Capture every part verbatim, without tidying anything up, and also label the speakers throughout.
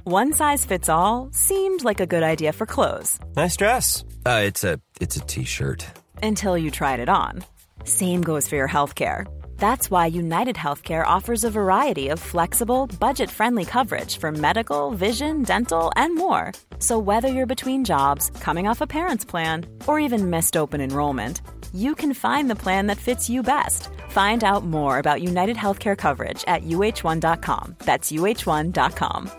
Speaker 1: One size fits all seemed like a good idea for clothes.
Speaker 2: Nice dress. Uh, it's a it's a t-shirt.
Speaker 1: Until you tried it on. Same goes for your healthcare. That's why United Healthcare offers a variety of flexible, budget-friendly coverage for medical, vision, dental, and more. So whether you're between jobs, coming off a parent's plan, or even missed open enrollment, you can find the plan that fits you best. Find out more about United Healthcare coverage at U H one dot com. That's U H one dot com.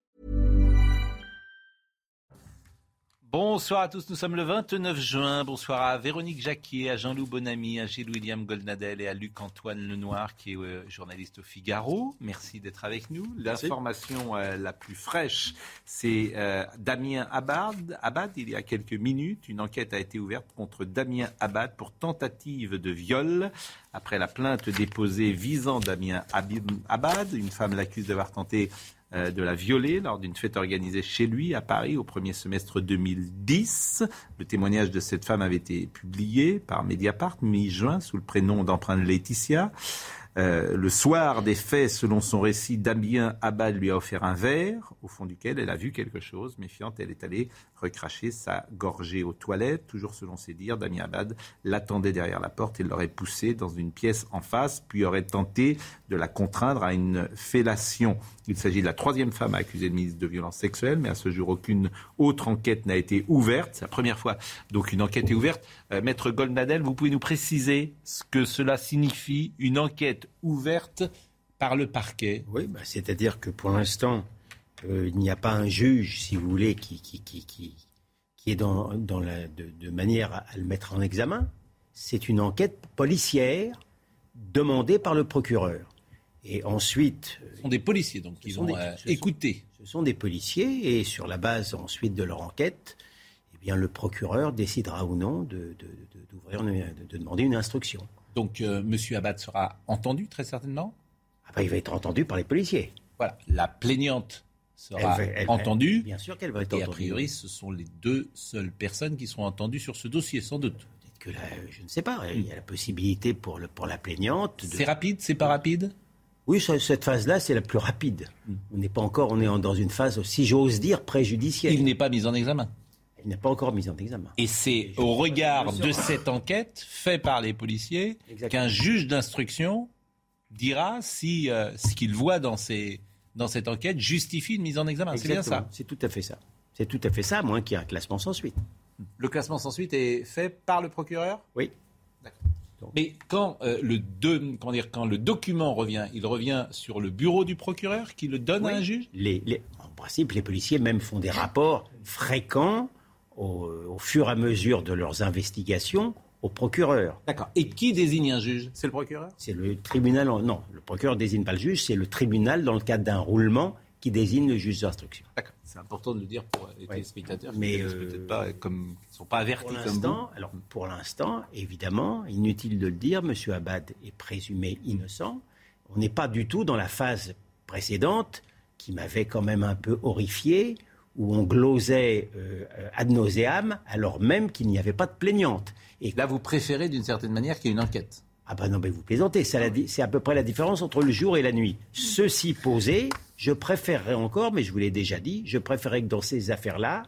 Speaker 3: Bonsoir à tous, nous sommes le vingt-neuf juin. Bonsoir à Véronique Jacquier, à Jean-Loup Bonamy, à Gilles-William Goldnadel et à Luc-Antoine Lenoir qui est euh, journaliste au Figaro. Merci d'être avec nous. L'information euh, la plus fraîche, c'est euh, Damien Abad. Abad, il y a quelques minutes, une enquête a été ouverte contre Damien Abad pour tentative de viol. Après la plainte déposée visant Damien Abad, une femme l'accuse d'avoir tenté Euh, de la violer lors d'une fête organisée chez lui à Paris au premier semestre deux mille dix. Le témoignage de cette femme avait été publié par Mediapart mi-juin sous le prénom d'emprunt de Laetitia. Euh, le soir des faits, selon son récit, Damien Abad lui a offert un verre au fond duquel elle a vu quelque chose. Méfiante, elle est allée recracher sa gorgée aux toilettes. Toujours selon ses dires, Damien Abad l'attendait derrière la porte et l'aurait poussée dans une pièce en face, puis aurait tenté de la contraindre à une fellation. Il s'agit de la troisième femme à accuser le ministre de violences sexuelles, mais à ce jour, aucune autre enquête n'a été ouverte. C'est la première fois donc une enquête est ouverte. Euh, Maître Goldnadel, vous pouvez nous préciser ce que cela signifie, une enquête ouverte par le parquet?
Speaker 4: Oui, bah, c'est-à-dire que pour l'instant, euh, il n'y a pas un juge, si vous voulez, qui, qui, qui, qui, qui est dans, dans la, de, de manière à, à le mettre en examen. C'est une enquête policière demandée par le procureur. Et ensuite...
Speaker 3: Ce sont des policiers, donc, qui vont des, euh, ce écouter.
Speaker 4: Sont, ce sont des policiers, et sur la base, ensuite, de leur enquête, eh bien, le procureur décidera ou non de, de, de, d'ouvrir une, de, de demander une instruction.
Speaker 3: Donc, euh, M. Abad sera entendu, très certainement?
Speaker 4: Ah ben, il va être entendu par les policiers.
Speaker 3: Voilà, la plaignante sera elle va, elle, entendue.
Speaker 4: Bien sûr qu'elle va être
Speaker 3: et
Speaker 4: entendue.
Speaker 3: Et a priori, ce sont les deux seules personnes qui seront entendues sur ce dossier, sans doute.
Speaker 4: Peut-être que là, je ne sais pas, il y a la possibilité pour, le, pour la plaignante... De...
Speaker 3: C'est rapide, c'est pas rapide?
Speaker 4: Oui, cette phase-là, c'est la plus rapide. Mm. On n'est pas encore, on est dans une phase, si j'ose dire, préjudicielle.
Speaker 3: Il n'est pas mis en examen.
Speaker 4: Il n'est pas encore mis en examen.
Speaker 3: Et c'est au regard de cette enquête faite par les policiers Exactement. Qu'un juge d'instruction dira si euh, ce qu'il voit dans, ces, dans cette enquête justifie une mise en examen.
Speaker 4: Exactement.
Speaker 3: C'est bien ça.
Speaker 4: C'est tout à fait ça. C'est tout à fait ça, à moins qu'il y ait un classement sans suite.
Speaker 3: Le classement sans suite est fait par le procureur?
Speaker 4: Oui.
Speaker 3: D'accord. Donc. Mais quand, euh, le de, comment dire, quand le document revient, il revient sur le bureau du procureur qui le donne
Speaker 4: oui.
Speaker 3: à un juge?
Speaker 4: les, les, En principe, les policiers même font des rapports fréquents au, au fur et à mesure de leurs investigations au procureur.
Speaker 3: D'accord. Et qui désigne un juge? C'est le procureur?
Speaker 4: C'est le tribunal. En... Non, le procureur ne désigne pas le juge, c'est le tribunal dans le cadre d'un roulement qui désigne le juge d'instruction.
Speaker 3: D'accord. C'est important de le dire pour les téléspectateurs qui
Speaker 4: mais
Speaker 3: ne
Speaker 4: euh,
Speaker 3: peut-être pas comme sont pas avertis
Speaker 4: pour
Speaker 3: comme vous.
Speaker 4: Alors pour l'instant, évidemment, inutile de le dire, M. Abad est présumé innocent. On n'est pas du tout dans la phase précédente qui m'avait quand même un peu horrifié, où on glosait euh, ad nauseam alors même qu'il n'y avait pas de plaignante.
Speaker 3: Et là, vous préférez d'une certaine manière qu'il y ait une enquête?
Speaker 4: Ah ben non, mais vous plaisantez. C'est, la, c'est à peu près la différence entre le jour et la nuit. Ceci posé, je préférerais encore, mais je vous l'ai déjà dit, je préférerais que dans ces affaires-là,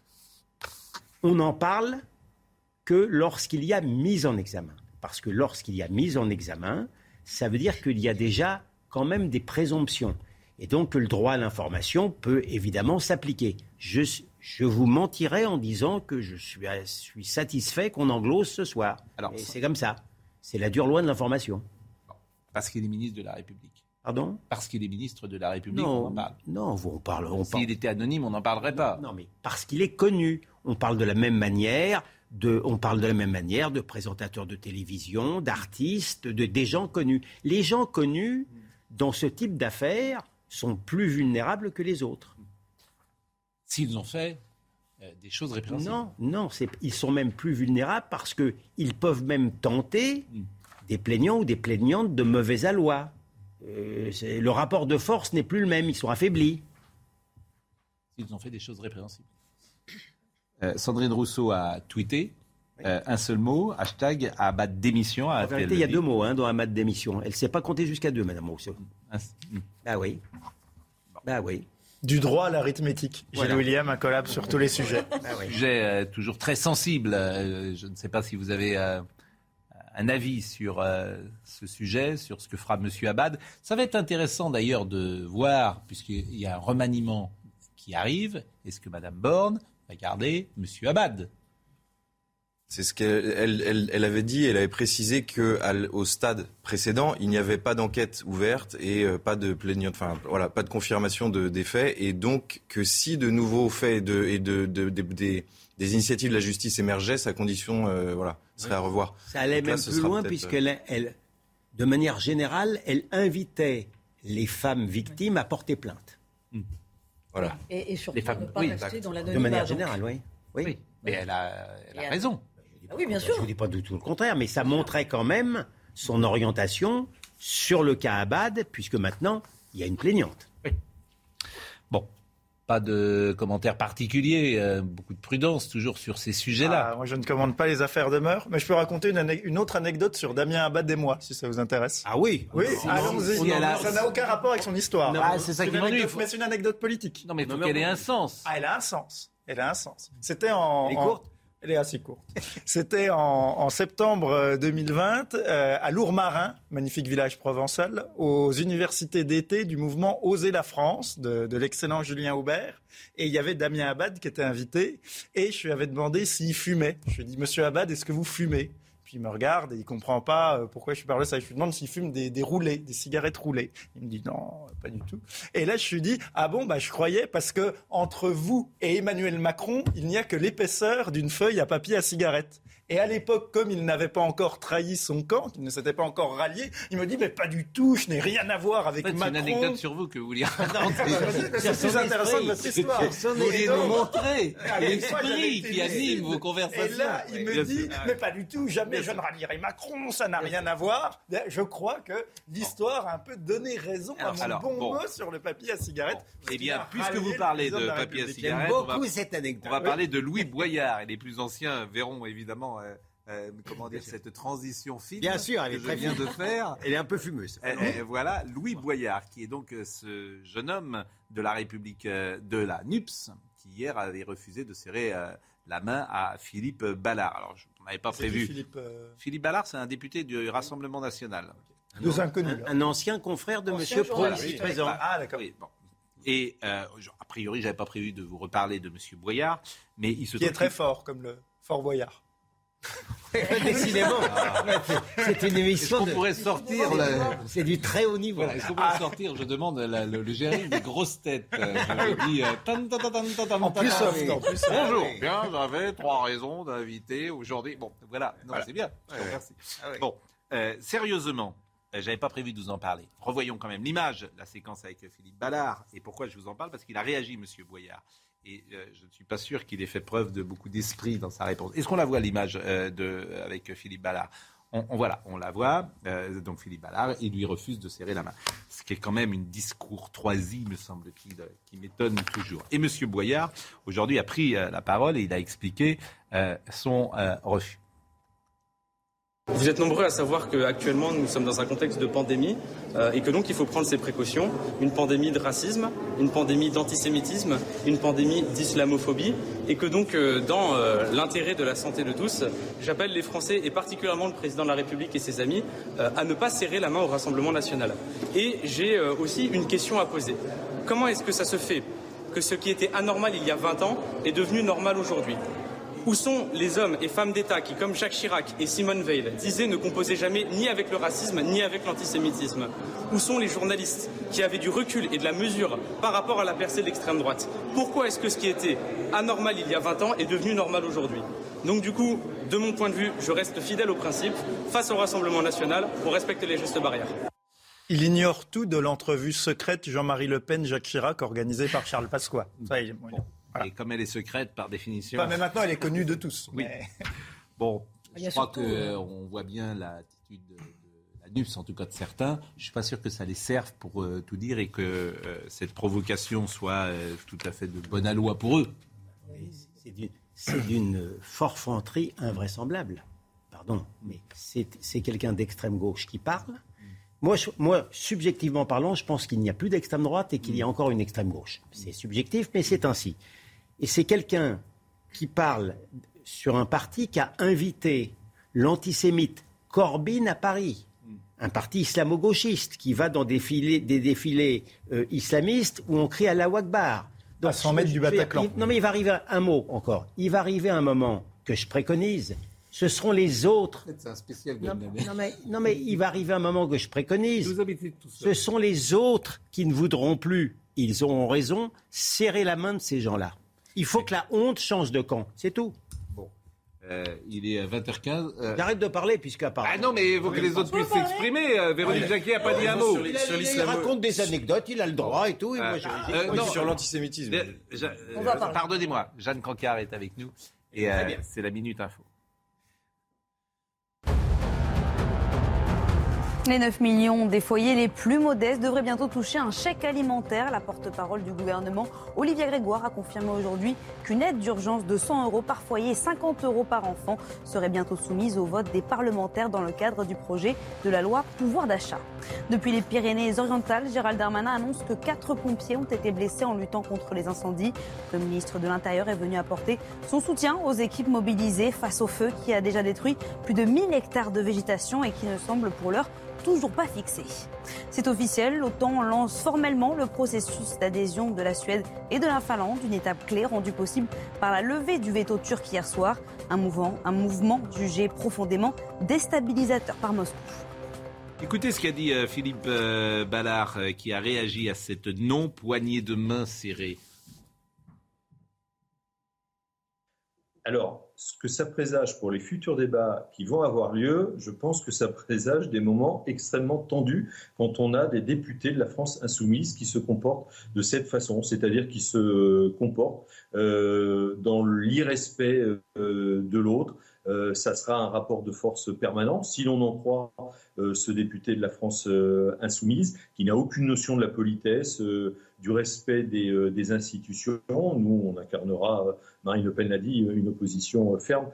Speaker 4: on n'en parle que lorsqu'il y a mise en examen. Parce que lorsqu'il y a mise en examen, ça veut dire qu'il y a déjà quand même des présomptions. Et donc que le droit à l'information peut évidemment s'appliquer. Je, je vous mentirais en disant que je suis, je suis satisfait qu'on en glose ce soir. Alors, et c'est comme ça. C'est la dure loi de l'information.
Speaker 3: Parce qu'il est ministre de la République.
Speaker 4: Pardon ?
Speaker 3: Parce qu'il est ministre de la République,
Speaker 4: non,
Speaker 3: on en parle.
Speaker 4: Non, on parle... On
Speaker 3: S'il
Speaker 4: parle...
Speaker 3: était anonyme, on n'en parlerait pas.
Speaker 4: Non, non, mais parce qu'il est connu. On parle de la même manière... De, on parle de la même manière de présentateurs de télévision, d'artistes, de, des gens connus. Les gens connus, dans ce type d'affaires, sont plus vulnérables que les autres.
Speaker 3: S'ils ont fait euh, des choses répréhensibles.
Speaker 4: Non, non, c'est, ils sont même plus vulnérables parce qu'ils peuvent même tenter mm. des plaignants ou des plaignantes de mauvais aloi. Euh, c'est, le rapport de force n'est plus le même, ils sont affaiblis.
Speaker 3: S'ils ont fait des choses répréhensibles. Euh, Sandrine Rousseau a tweeté euh, un seul mot, hashtag Abad démission.
Speaker 4: En vérité, il y a deux mots hein, dans Abad démission. Elle ne sait pas compter jusqu'à deux, Madame Rousseau. Ah oui. Bah oui.
Speaker 5: Du droit à l'arithmétique. Gilles
Speaker 3: Voilà.
Speaker 5: William, un collab sur tous les sujets.
Speaker 3: Ah oui. Sujet euh, toujours très sensible. Euh, je ne sais pas si vous avez euh, un avis sur euh, ce sujet, sur ce que fera M. Abad. Ça va être intéressant d'ailleurs de voir, puisqu'il y a un remaniement qui arrive, est-ce que Mme Borne va garder M. Abad ?
Speaker 6: C'est ce qu'elle elle, elle, elle avait dit. Elle avait précisé qu'au stade précédent, il n'y avait pas d'enquête ouverte et euh, pas de plaignante, enfin voilà, pas de confirmation de, des faits, et donc que si de nouveaux faits de, et de, de, de, de des, des initiatives de la justice émergeaient, sa condition, euh, voilà, serait à revoir.
Speaker 4: Ça allait
Speaker 6: Donc là,
Speaker 4: même
Speaker 6: ce
Speaker 4: plus
Speaker 6: sera
Speaker 4: loin
Speaker 6: peut-être,
Speaker 4: puisqu'elle, elle, de manière générale, elle invitait les femmes victimes à porter plainte.
Speaker 6: Voilà.
Speaker 7: Et, et surtout
Speaker 3: Les femmes,
Speaker 7: ne pas
Speaker 3: oui,
Speaker 7: rester dans
Speaker 4: De
Speaker 7: l'anonymat.
Speaker 4: manière
Speaker 7: donc.
Speaker 4: générale, oui. Oui.
Speaker 3: Oui, mais elle a, elle a
Speaker 7: Et
Speaker 3: raison.
Speaker 7: Ah oui, bien
Speaker 4: Je
Speaker 7: sûr.
Speaker 4: ne vous dis pas du tout le contraire, mais ça montrait quand même son orientation sur le cas Abad, puisque maintenant, il y a une plaignante.
Speaker 3: Bon, pas de commentaires particuliers, euh, beaucoup de prudence toujours sur ces sujets-là.
Speaker 5: Ah, moi, je ne commande pas les affaires de mœurs, mais je peux raconter une, ane- une autre anecdote sur Damien Abad et moi, si ça vous intéresse.
Speaker 4: Ah oui
Speaker 5: Oui,
Speaker 3: si-
Speaker 5: allons-y.
Speaker 3: si elle a-
Speaker 5: Ça n'a aucun rapport avec son histoire.
Speaker 3: Non, ah, c'est ça
Speaker 5: une
Speaker 3: qui m'ennuie,
Speaker 5: anecdote-
Speaker 3: faut-
Speaker 5: Mais c'est une anecdote politique.
Speaker 3: Non, mais il faut
Speaker 4: Non, mais
Speaker 3: qu'elle
Speaker 4: on-
Speaker 3: ait un sens.
Speaker 5: Ah, elle a un sens. Elle a un sens. C'était en...
Speaker 4: Elle est
Speaker 5: en-
Speaker 4: courte
Speaker 5: Elle est assez courte. C'était en, en septembre deux mille vingt, euh, à Lourmarin, magnifique village provençal, aux universités d'été du mouvement Oser la France, de, de l'excellent Julien Aubert. Et il y avait Damien Abad qui était invité. Et je lui avais demandé s'il fumait. Je lui ai dit, Monsieur Abad, est-ce que vous fumez ? Puis il me regarde et il comprend pas euh, pourquoi je lui parle de ça. Je lui demande s'il fume des, des roulés, des cigarettes roulées. Il me dit non, pas du tout. Et là, je lui dis, ah bon, bah je croyais parce que entre vous et Emmanuel Macron, il n'y a que l'épaisseur d'une feuille à papier à cigarette. Et à l'époque, comme il n'avait pas encore trahi son camp, qu'il ne s'était pas encore rallié, il me dit, mais pas du tout, je n'ai rien à voir avec
Speaker 3: En fait, c'est
Speaker 5: Macron.
Speaker 3: une anecdote sur vous que vous vouliez raconter.
Speaker 5: C'est plus intéressant de votre histoire.
Speaker 3: Vous vouliez nous montrer
Speaker 5: Ah, une fois, j'avais
Speaker 3: l'esprit
Speaker 5: été
Speaker 3: qui anime
Speaker 5: lucide.
Speaker 3: vos conversations.
Speaker 5: Et là, il me
Speaker 3: Bien
Speaker 5: dit,
Speaker 3: sûr.
Speaker 5: mais pas du tout, jamais je ne rallierai Macron, ça n'a rien à voir. Je crois que l'histoire a un peu donné raison à mon
Speaker 3: Alors,
Speaker 5: bon
Speaker 3: bon.
Speaker 5: mot sur le papier à cigarette.
Speaker 3: Eh
Speaker 5: Il
Speaker 3: bien,
Speaker 5: a
Speaker 3: puisque
Speaker 5: rallié
Speaker 3: vous
Speaker 5: le
Speaker 3: parlez
Speaker 5: président
Speaker 3: de
Speaker 5: la
Speaker 3: papier à
Speaker 5: République.
Speaker 4: J'aime
Speaker 3: cigarette, on va,
Speaker 4: beaucoup cette anecdote.
Speaker 3: on va parler de Louis Boyard. Et les plus anciens verront évidemment euh, euh, comment dire, cette transition fine
Speaker 4: Bien sûr, elle
Speaker 3: que
Speaker 4: est
Speaker 3: je
Speaker 4: très
Speaker 3: viens
Speaker 4: fine.
Speaker 3: de faire.
Speaker 4: Elle est un peu fumeuse.
Speaker 3: Euh, euh, voilà, Louis Boyard, qui est donc euh, ce jeune homme de la République euh, de la N U P S, qui hier avait refusé de serrer euh, la main à Philippe Ballard. Alors, je n'avais pas
Speaker 5: C'est qui,
Speaker 3: prévu.
Speaker 5: Philippe, euh,
Speaker 3: Philippe Ballard, c'est un député du Rassemblement national.
Speaker 5: Deux inconnus.
Speaker 4: Un, un ancien confrère de
Speaker 7: Ancien
Speaker 4: Monsieur
Speaker 7: journaliste.
Speaker 4: Pro, ici
Speaker 3: Oui,
Speaker 4: présent.
Speaker 5: Ah, d'accord.
Speaker 3: Oui, bon. Et euh, je- a priori, j'avais pas prévu de vous reparler de Monsieur Boyard, mais il se
Speaker 5: Qui est
Speaker 3: trouve
Speaker 5: très
Speaker 3: qu'il-
Speaker 5: fort, comme le Fort Boyard.
Speaker 4: Décidément, c'est une
Speaker 3: Est-ce
Speaker 4: émission.
Speaker 3: qu'on
Speaker 4: de-
Speaker 3: pourrait sortir le...
Speaker 4: C'est du très haut niveau.
Speaker 3: Voilà, est-ce qu'on pourrait sortir, je demande, la- le, le générique des grosses têtes. Euh, je vous dis, euh, tan, tan, tan, tan, tan, tan,
Speaker 5: En plus
Speaker 3: tan,
Speaker 5: soft,
Speaker 3: tan.
Speaker 5: en plus soft.
Speaker 3: Bonjour,
Speaker 4: Ah oui.
Speaker 3: bien, j'avais trois raisons d'inviter aujourd'hui. Bon, voilà, non, c'est bien, je vous remercie. Bon, euh, sérieusement, euh, j'avais pas prévu de vous en parler. Revoyons quand même l'image, la séquence avec Philippe Ballard. Et pourquoi je vous en parle ? Parce qu'il a réagi, Monsieur Boyard. Et euh, je ne suis pas sûr qu'il ait fait preuve de beaucoup d'esprit dans sa réponse. Est-ce qu'on la voit, l'image euh, de, avec Philippe Ballard ? on, on, Voilà, on la voit. Euh, donc Philippe Ballard, il lui refuse de serrer la main. Ce qui est quand même une discourtoisie, me semble-t-il, qui m'étonne toujours. Et M. Boyard, aujourd'hui, a pris euh, la parole et il a expliqué euh, son euh, refus.
Speaker 8: Vous êtes nombreux à savoir qu'actuellement nous sommes dans un contexte de pandémie euh, et que donc il faut prendre ses précautions. Une pandémie de racisme, une pandémie d'antisémitisme, une pandémie d'islamophobie et que donc euh, dans euh, l'intérêt de la santé de tous, j'appelle les Français et particulièrement le président de la République et ses amis euh, à ne pas serrer la main au Rassemblement national. Et j'ai euh, aussi une question à poser. Comment est-ce que ça se fait que ce qui était anormal il y a vingt ans est devenu normal aujourd'hui ? Où sont les hommes et femmes d'État qui, comme Jacques Chirac et Simone Veil, disaient ne composer jamais ni avec le racisme ni avec l'antisémitisme ? Où sont les journalistes qui avaient du recul et de la mesure par rapport à la percée de l'extrême droite ? Pourquoi est-ce que ce qui était anormal il y a vingt ans est devenu normal aujourd'hui ? Donc du coup, de mon point de vue, je reste fidèle au principe, face au Rassemblement national, pour respecter les gestes barrières.
Speaker 5: Il ignore tout de l'entrevue secrète Jean-Marie Le Pen-Jacques Chirac organisée par Charles Pasqua. Ça, il... bon. Voilà.
Speaker 3: Et comme elle est secrète, par définition...
Speaker 5: Enfin, mais maintenant, elle est connue de tous.
Speaker 3: Oui.
Speaker 5: Mais...
Speaker 3: Bon,
Speaker 7: Il y
Speaker 3: je
Speaker 7: a
Speaker 3: crois
Speaker 7: surtout,
Speaker 3: qu'on
Speaker 7: euh,
Speaker 3: voit bien l'attitude de, de la N U P S, en tout cas de certains. Je ne suis pas sûr que ça les serve pour euh, tout dire et que euh, cette provocation soit euh, tout à fait de bonne aloi pour eux.
Speaker 4: C'est d'une, c'est d'une forfanterie invraisemblable. Pardon, mais c'est, c'est quelqu'un d'extrême gauche qui parle. Moi, je, moi, subjectivement parlant, je pense qu'il n'y a plus d'extrême droite et qu'il y a encore une extrême gauche. C'est subjectif, mais c'est ainsi. Et c'est quelqu'un qui parle sur un parti qui a invité l'antisémite Corbyn à Paris, un parti islamo-gauchiste qui va dans des défilés, des défilés euh, islamistes où on crie Allahu Akbar.
Speaker 5: Donc, à cent mètres du Bataclan.
Speaker 4: Il, non mais il va arriver un mot encore. Il va arriver un moment que je préconise. Ce seront les autres.
Speaker 3: C'est un spécial
Speaker 4: non, non, mais, non mais il va arriver un moment que je préconise.
Speaker 3: Vous habitez tout
Speaker 4: Ce
Speaker 3: seul.
Speaker 4: sont les autres qui ne voudront plus. Ils auront raison. Serrer la main de ces gens-là. Il faut que la honte change de camp. C'est tout.
Speaker 3: Bon. Euh, il est vingt heures quinze. Euh...
Speaker 4: J'arrête de parler puisqu'apparemment.
Speaker 3: Ah non, mais il faut que les autres puissent s'exprimer. Euh, Véronique ouais. Jacquier n'a pas dit un mot.
Speaker 4: Il, a, il, il raconte des anecdotes, il a le droit et tout. Et
Speaker 6: euh,
Speaker 4: moi, j'ai, j'ai...
Speaker 6: Euh, non, sur l'antisémitisme.
Speaker 3: Euh, je, euh, pardonnez-moi, Jeanne Cancard est avec nous. Et euh, c'est la Minute Info.
Speaker 7: Les neuf millions des foyers les plus modestes devraient bientôt toucher un chèque alimentaire. La porte-parole du gouvernement, Olivia Grégoire, a confirmé aujourd'hui qu'une aide d'urgence de cent euros par foyer et cinquante euros par enfant serait bientôt soumise au vote des parlementaires dans le cadre du projet de la loi pouvoir d'achat. Depuis les Pyrénées-Orientales, Gérald Darmanin annonce que quatre pompiers ont été blessés en luttant contre les incendies. Le ministre de l'Intérieur est venu apporter son soutien aux équipes mobilisées face au feu qui a déjà détruit plus de mille hectares de végétation et qui ne semble pour l'heure toujours pas fixé. C'est officiel, l'OTAN lance formellement le processus d'adhésion de la Suède et de la Finlande, une étape clé rendue possible par la levée du veto turc hier soir, un mouvement, un mouvement jugé profondément déstabilisateur par Moscou.
Speaker 3: Écoutez ce qu'a dit euh, Philippe euh, Ballard euh, qui a réagi à cette non-poignée de main serrée.
Speaker 9: Alors, ce que ça présage pour les futurs débats qui vont avoir lieu, je pense que ça présage des moments extrêmement tendus quand on a des députés de la France insoumise qui se comportent de cette façon, c'est-à-dire qui se comportent euh, dans l'irrespect euh, de l'autre. Euh, ça sera un rapport de force permanent. Si l'on en croit euh, ce député de la France euh, insoumise, qui n'a aucune notion de la politesse, euh, du respect des, euh, des institutions, nous, on incarnera, euh, Marine Le Pen l'a dit, une opposition euh, ferme.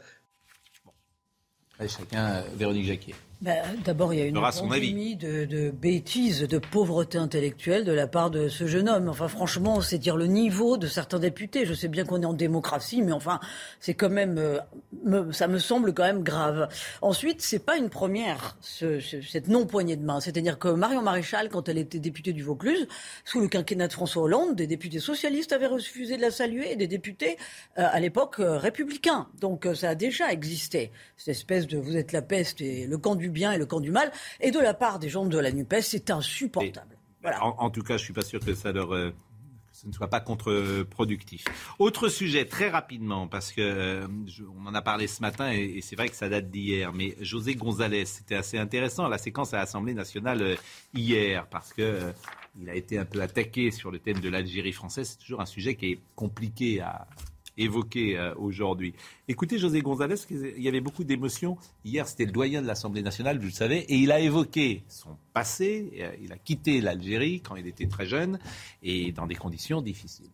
Speaker 3: Après, chacun, euh, Véronique Jacquier.
Speaker 10: Ben, d'abord, il y a une pandémie de, de bêtises, de pauvreté intellectuelle de la part de ce jeune homme. Enfin, franchement, c'est dire le niveau de certains députés. Je sais bien qu'on est en démocratie, mais enfin, c'est quand même, euh, me, ça me semble quand même grave. Ensuite, c'est pas une première, ce, ce, cette non-poignée de main. C'est-à-dire que Marion Maréchal, quand elle était députée du Vaucluse, sous le quinquennat de François Hollande, des députés socialistes avaient refusé de la saluer et des députés, euh, à l'époque, euh, républicains. Donc, euh, ça a déjà existé. Cette espèce de, vous êtes la peste et le camp du bien et le camp du mal, et de la part des gens de la NUPES, c'est insupportable. Voilà.
Speaker 3: En, en tout cas, je ne suis pas sûr que ça leur... Euh, que ce ne soit pas contre-productif. Autre sujet, très rapidement, parce que euh, je, on en a parlé ce matin, et, et c'est vrai que ça date d'hier, mais José González, c'était assez intéressant, la séquence à l'Assemblée nationale euh, hier, parce que... Euh, il a été un peu attaqué sur le thème de l'Algérie française. C'est toujours un sujet qui est compliqué à évoquer euh, aujourd'hui. Écoutez, José González, il y avait beaucoup d'émotions. Hier, c'était le doyen de l'Assemblée nationale, vous le savez, et il a évoqué son passé. Euh, il a quitté l'Algérie quand il était très jeune et dans des conditions difficiles.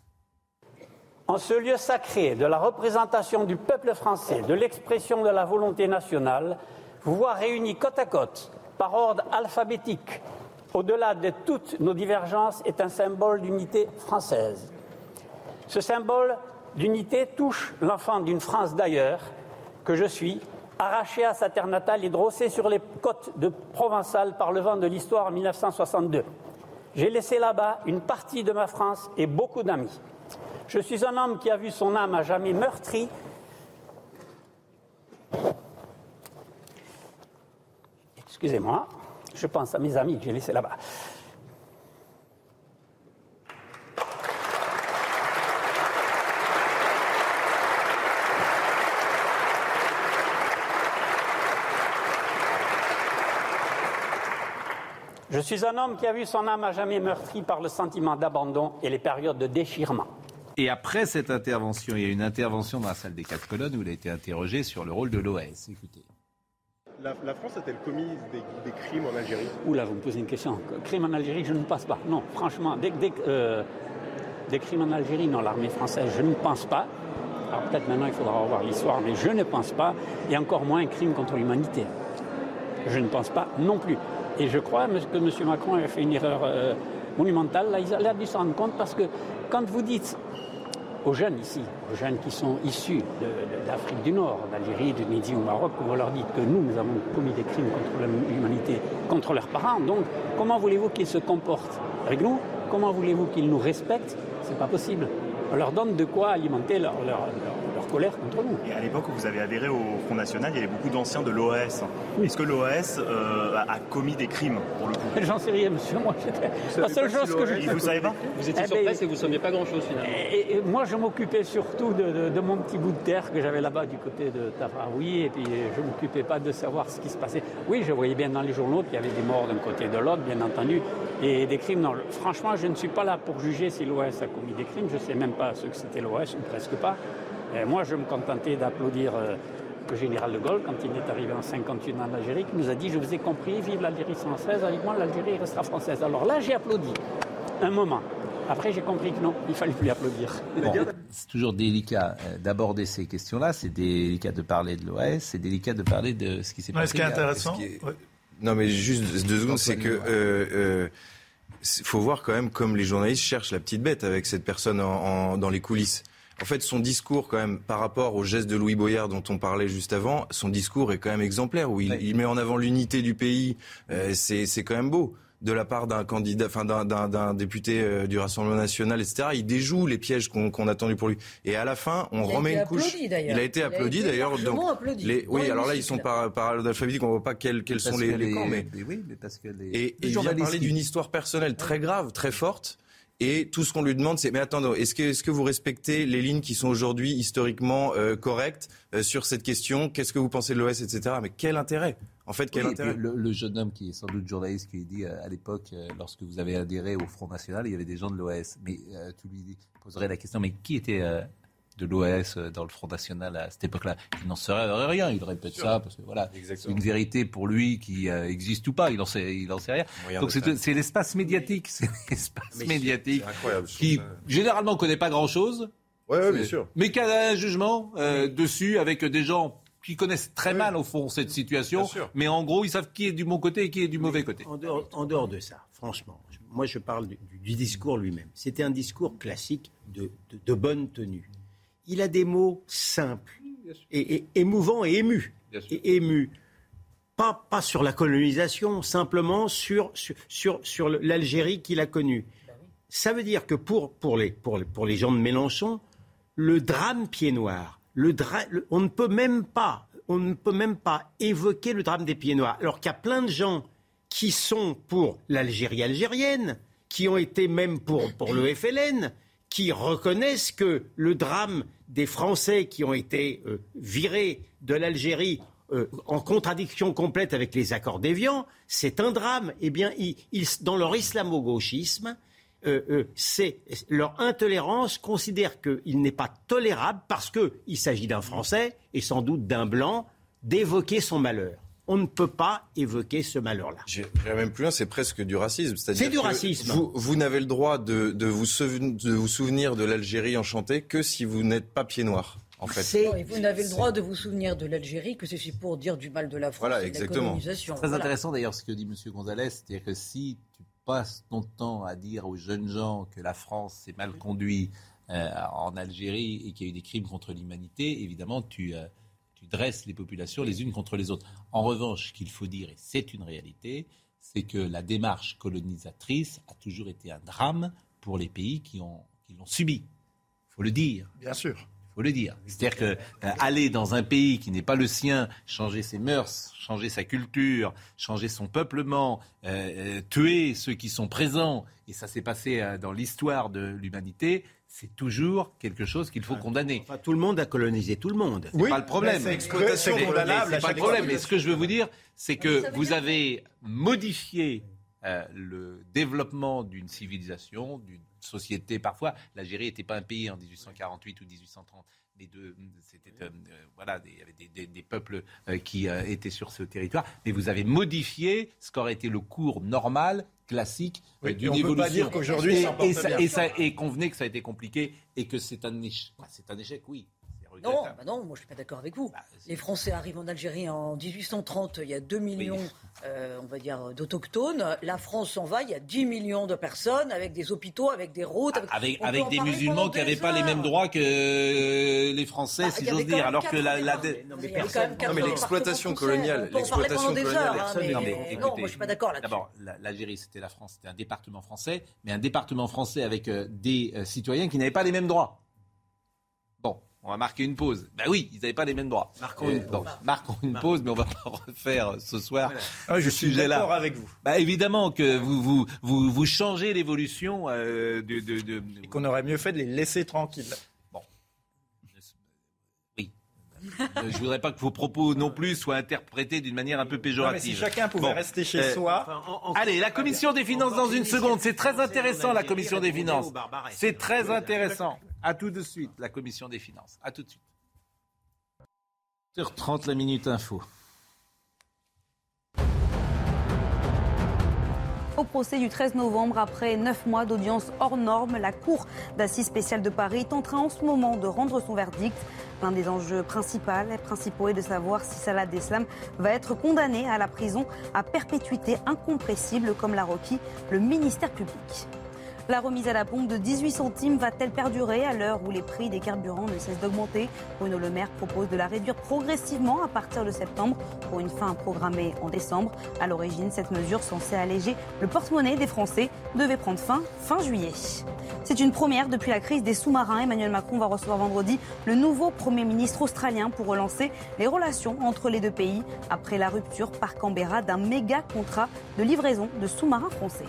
Speaker 11: En ce lieu sacré de la représentation du peuple français, de l'expression de la volonté nationale, vous voir réunis côte à côte, par ordre alphabétique, au-delà de toutes nos divergences, est un symbole d'unité française. Ce symbole d'unité touche l'enfant d'une France d'ailleurs, que je suis, arraché à sa terre natale et drossé sur les côtes de Provençal par le vent de l'histoire en mille neuf cent soixante-deux. J'ai laissé là-bas une partie de ma France et beaucoup d'amis. Je suis un homme qui a vu son âme à jamais meurtrie. Excusez-moi, je pense à mes amis que j'ai laissés là-bas. Je suis un homme qui a vu son âme à jamais meurtrie par le sentiment d'abandon et les périodes de déchirement.
Speaker 3: Et après cette intervention, il y a une intervention dans la salle des quatre colonnes où il a été interrogé sur le rôle de l'O S. Écoutez.
Speaker 12: La, la France a-t-elle commis des, des crimes en Algérie ?
Speaker 11: Oula, vous me posez une question. Crimes en Algérie, je ne pense pas. Non, franchement, des, des, euh, des crimes en Algérie, non, l'armée française, je ne pense pas. Alors peut-être maintenant il faudra revoir l'histoire, mais je ne pense pas. Et encore moins un crime contre l'humanité. Je ne pense pas non plus. Et je crois que M. Macron avait fait une erreur euh, monumentale. Là, il a dû s'en rendre compte parce que quand vous dites aux jeunes ici, aux jeunes qui sont issus de, de, d'Afrique du Nord, d'Algérie, de Tunisie ou Maroc, vous leur dites que nous, nous avons commis des crimes contre l'humanité, contre leurs parents. Donc, comment voulez-vous qu'ils se comportent avec nous? Comment voulez-vous qu'ils nous respectent? C'est pas possible. On leur donne de quoi alimenter leur, leur, leur, leur colère contre nous.
Speaker 13: Et à l'époque où vous avez adhéré au Front National, il y avait beaucoup d'anciens de l'O A S. Oui. Est-ce que l'O A S euh, a commis des crimes, pour le coup?
Speaker 11: J'en sais rien, monsieur. Moi, j'étais... La seule chose si que je...
Speaker 13: Vous ne savez pas?
Speaker 8: Vous étiez eh sur ben, place et vous ne saviez pas grand-chose, finalement.
Speaker 11: Et, et moi, je m'occupais surtout de, de, de mon petit bout de terre que j'avais là-bas du côté de Tafraoui. Et puis, je ne m'occupais pas de savoir ce qui se passait. Oui, je voyais bien dans les journaux qu'il y avait des morts d'un côté et de l'autre, bien entendu. Et des crimes. Non, franchement, je ne suis pas là pour juger si l'O A S a commis des crimes. Je ne sais même pas ce que c'était l'O A S, ou presque pas. Et moi, je me contentais d'applaudir euh, le général de Gaulle quand il est arrivé en cinquante-huit en Algérie, qui nous a dit « Je vous ai compris, vive l'Algérie française, avec moi l'Algérie restera française ». Alors là, j'ai applaudi un moment. Après, j'ai compris que non, il ne fallait plus applaudir.
Speaker 3: Bon, c'est toujours délicat d'aborder ces questions-là. C'est délicat de parler de l'O A S, c'est délicat de parler de ce qui s'est
Speaker 5: non,
Speaker 3: passé.
Speaker 5: Ce qui est intéressant...
Speaker 6: Ce qui est... ouais. Non, mais juste deux secondes, c'est que... Euh, euh, faut voir quand même comme les journalistes cherchent la petite bête avec cette personne en, en, dans les coulisses. En fait, son discours, quand même, par rapport au geste de Louis Boyard dont on parlait juste avant, son discours est quand même exemplaire, où il, oui. il met en avant l'unité du pays. Euh, c'est, c'est quand même beau. De la part d'un candidat, enfin d'un, d'un, d'un député euh, du Rassemblement National, et cetera. Il déjoue les pièges qu'on, qu'on a tendus pour lui. Et à la fin, on
Speaker 10: il
Speaker 6: remet une couche.
Speaker 10: Applaudi, d'ailleurs.
Speaker 6: Il a été applaudi, il a été d'ailleurs. Donc,
Speaker 10: applaudi.
Speaker 6: Les, oui, oui, alors là, ils sont par, par ordre alphabétique. On voit pas quels, quels sont les, les camps, mais,
Speaker 3: mais oui, mais parce que les.
Speaker 6: Et, et il vient parler d'une histoire personnelle très grave, très forte. Et tout ce qu'on lui demande, c'est mais attendez, est-ce que, est-ce que vous respectez les lignes qui sont aujourd'hui historiquement euh, correctes euh, sur cette question? Qu'est-ce que vous pensez de l'O S, et cetera. Mais quel intérêt? En fait, quel
Speaker 3: oui,
Speaker 6: intérêt?
Speaker 3: le, le jeune homme qui est sans doute journaliste, qui dit euh, à l'époque, euh, lorsque vous avez adhéré au Front National, il y avait des gens de l'O S. Mais euh, tu lui poserais la question, mais qui était euh, de l'O S dans le Front National à cette époque-là? Il n'en saurait rien. Il répète ça parce que voilà, exactement. C'est une vérité pour lui qui euh, existe ou pas. Il n'en sait, il en sait rien. Moyen Donc c'est, c'est l'espace médiatique, c'est l'espace mais médiatique c'est qui généralement ne connaît pas grand-chose.
Speaker 6: Ouais, ouais, bien sûr.
Speaker 3: Mais qui a un jugement euh, oui. dessus avec des gens qui connaissent très oui. mal au fond cette situation, mais en gros ils savent qui est du bon côté et qui est du mauvais côté.
Speaker 4: En dehors, en dehors de ça, franchement, moi je parle du, du discours lui-même. C'était un discours classique de, de, de bonne tenue. Il a des mots simples, et, et émouvants et émus, et émus. Pas, pas sur la colonisation, simplement sur, sur, sur, sur l'Algérie qu'il a connue. Ça veut dire que pour, pour, les, pour, les, pour les gens de Mélenchon, le drame Pieds Noirs, le dra- le, on ne peut même pas, on ne peut même pas évoquer le drame des Pieds Noirs, alors qu'il y a plein de gens qui sont pour l'Algérie algérienne, qui ont été même pour, pour le F L N, qui reconnaissent que le drame des Français qui ont été euh, virés de l'Algérie euh, en contradiction complète avec les accords d'Évian, c'est un drame. Eh bien, ils, ils, dans leur islamo-gauchisme, euh, euh, c'est, leur intolérance considère qu'il n'est pas tolérable, parce qu'il s'agit d'un Français, et sans doute d'un Blanc, d'évoquer son malheur. On ne peut pas évoquer ce malheur-là.
Speaker 6: J'irais même plus loin, c'est presque du racisme. C'est-à-dire
Speaker 4: c'est du racisme.
Speaker 6: Vous, vous n'avez le droit de, de, vous souvenir, de vous souvenir de l'Algérie enchantée que si vous n'êtes pas pied noir. En fait.
Speaker 10: C'est, non, et vous n'avez le droit de vous souvenir de l'Algérie que c'est pour dire du mal de la France
Speaker 6: voilà,
Speaker 10: et
Speaker 6: exactement.
Speaker 10: de la colonisation.
Speaker 3: C'est très
Speaker 10: voilà.
Speaker 3: intéressant d'ailleurs ce que dit M. Gonzalez, c'est-à-dire que si tu passes ton temps à dire aux jeunes gens que la France s'est mal conduite euh, en Algérie et qu'il y a eu des crimes contre l'humanité, évidemment tu... Euh, tu dresses les populations les unes contre les autres. En revanche, ce qu'il faut dire, et c'est une réalité, c'est que la démarche colonisatrice a toujours été un drame pour les pays qui, ont, qui l'ont subi. Il faut le dire.
Speaker 5: Bien sûr.
Speaker 3: Il faut le dire. C'est-à-dire que euh, aller dans un pays qui n'est pas le sien, changer ses mœurs, changer sa culture, changer son peuplement, euh, euh, tuer ceux qui sont présents, et ça s'est passé euh, dans l'histoire de l'humanité, c'est toujours quelque chose qu'il faut condamner.
Speaker 4: Enfin, tout le monde a colonisé tout le monde.
Speaker 3: C'est oui, pas le problème.
Speaker 5: C'est exploitation condamnable.
Speaker 3: C'est pas le problème. Mais ce que je veux vous dire, c'est que vous avez modifié euh, le développement d'une civilisation, d'une société. Parfois, l'Algérie n'était pas un pays en dix-huit cent quarante-huit ou dix-huit cent trente. Les deux, c'était euh, voilà, il y avait des, des, des peuples euh, qui euh, étaient sur ce territoire. Mais vous avez modifié ce qu'aurait été le cours normal, classique
Speaker 5: oui,
Speaker 3: d'une
Speaker 5: on
Speaker 3: évolution.
Speaker 5: On peut pas dire qu'aujourd'hui
Speaker 3: et,
Speaker 5: ça
Speaker 3: et, ça,
Speaker 5: bien.
Speaker 3: et, ça, et convenez que ça a été compliqué et que c'est un échec. C'est un échec, oui. C'est
Speaker 10: Non, bah non, moi je suis pas d'accord avec vous. Bah, les Français arrivent en Algérie en dix-huit cent trente, il y a deux millions, oui. euh, on va dire, d'autochtones. La France s'en va, il y a dix millions de personnes avec des hôpitaux, avec des routes.
Speaker 3: Avec, avec, avec des musulmans qui n'avaient pas les mêmes droits que les Français, bah, si j'ose dire. Alors que la, la...
Speaker 6: Non, mais, personne... non, mais l'exploitation coloniale, l'exploitation coloniale,
Speaker 10: personne hein, mais... non, mais, écoutez, non, moi je suis pas d'accord là-dessus.
Speaker 3: D'abord, l'Algérie c'était la France, c'était un département français, mais un département français avec euh, des euh, citoyens qui n'avaient pas les mêmes droits. Bon. On va marquer une pause. Ben oui, ils n'avaient pas les mêmes droits.
Speaker 6: Marquons une pause.
Speaker 3: Marquons une pause, mais on va pas refaire ce soir.
Speaker 5: Voilà. Ah, je suis d'accord avec vous.
Speaker 3: Bah évidemment que vous vous vous, vous changez l'évolution euh, de, de, de.
Speaker 5: Et qu'on aurait mieux fait de les laisser tranquilles.
Speaker 3: Bon. Oui. Je voudrais pas que vos propos non plus soient interprétés d'une manière un peu péjorative.
Speaker 5: Non, mais si chacun pouvait bon. rester chez euh, soi.
Speaker 3: Enfin, en, en... Allez, la commission des finances dans une seconde. C'est très intéressant la commission des finances. C'est très intéressant. À tout de suite, la commission des finances. À tout de suite. sept heures trente, la minute info.
Speaker 7: Au procès du treize novembre, après neuf mois d'audience hors norme, la Cour d'assises spéciale de Paris est en train en ce moment de rendre son verdict. L'un des enjeux principaux, principaux est de savoir si Salah Abdeslam va être condamné à la prison à perpétuité incompressible comme l'a requis le ministère public. La remise à la pompe de dix-huit centimes va-t-elle perdurer à l'heure où les prix des carburants ne cessent d'augmenter ? Bruno Le Maire propose de la réduire progressivement à partir de septembre pour une fin programmée en décembre. À l'origine, cette mesure censée alléger le porte-monnaie des Français devait prendre fin fin juillet. C'est une première depuis la crise des sous-marins. Emmanuel Macron va recevoir vendredi le nouveau Premier ministre australien pour relancer les relations entre les deux pays après la rupture par Canberra d'un méga contrat de livraison de sous-marins français.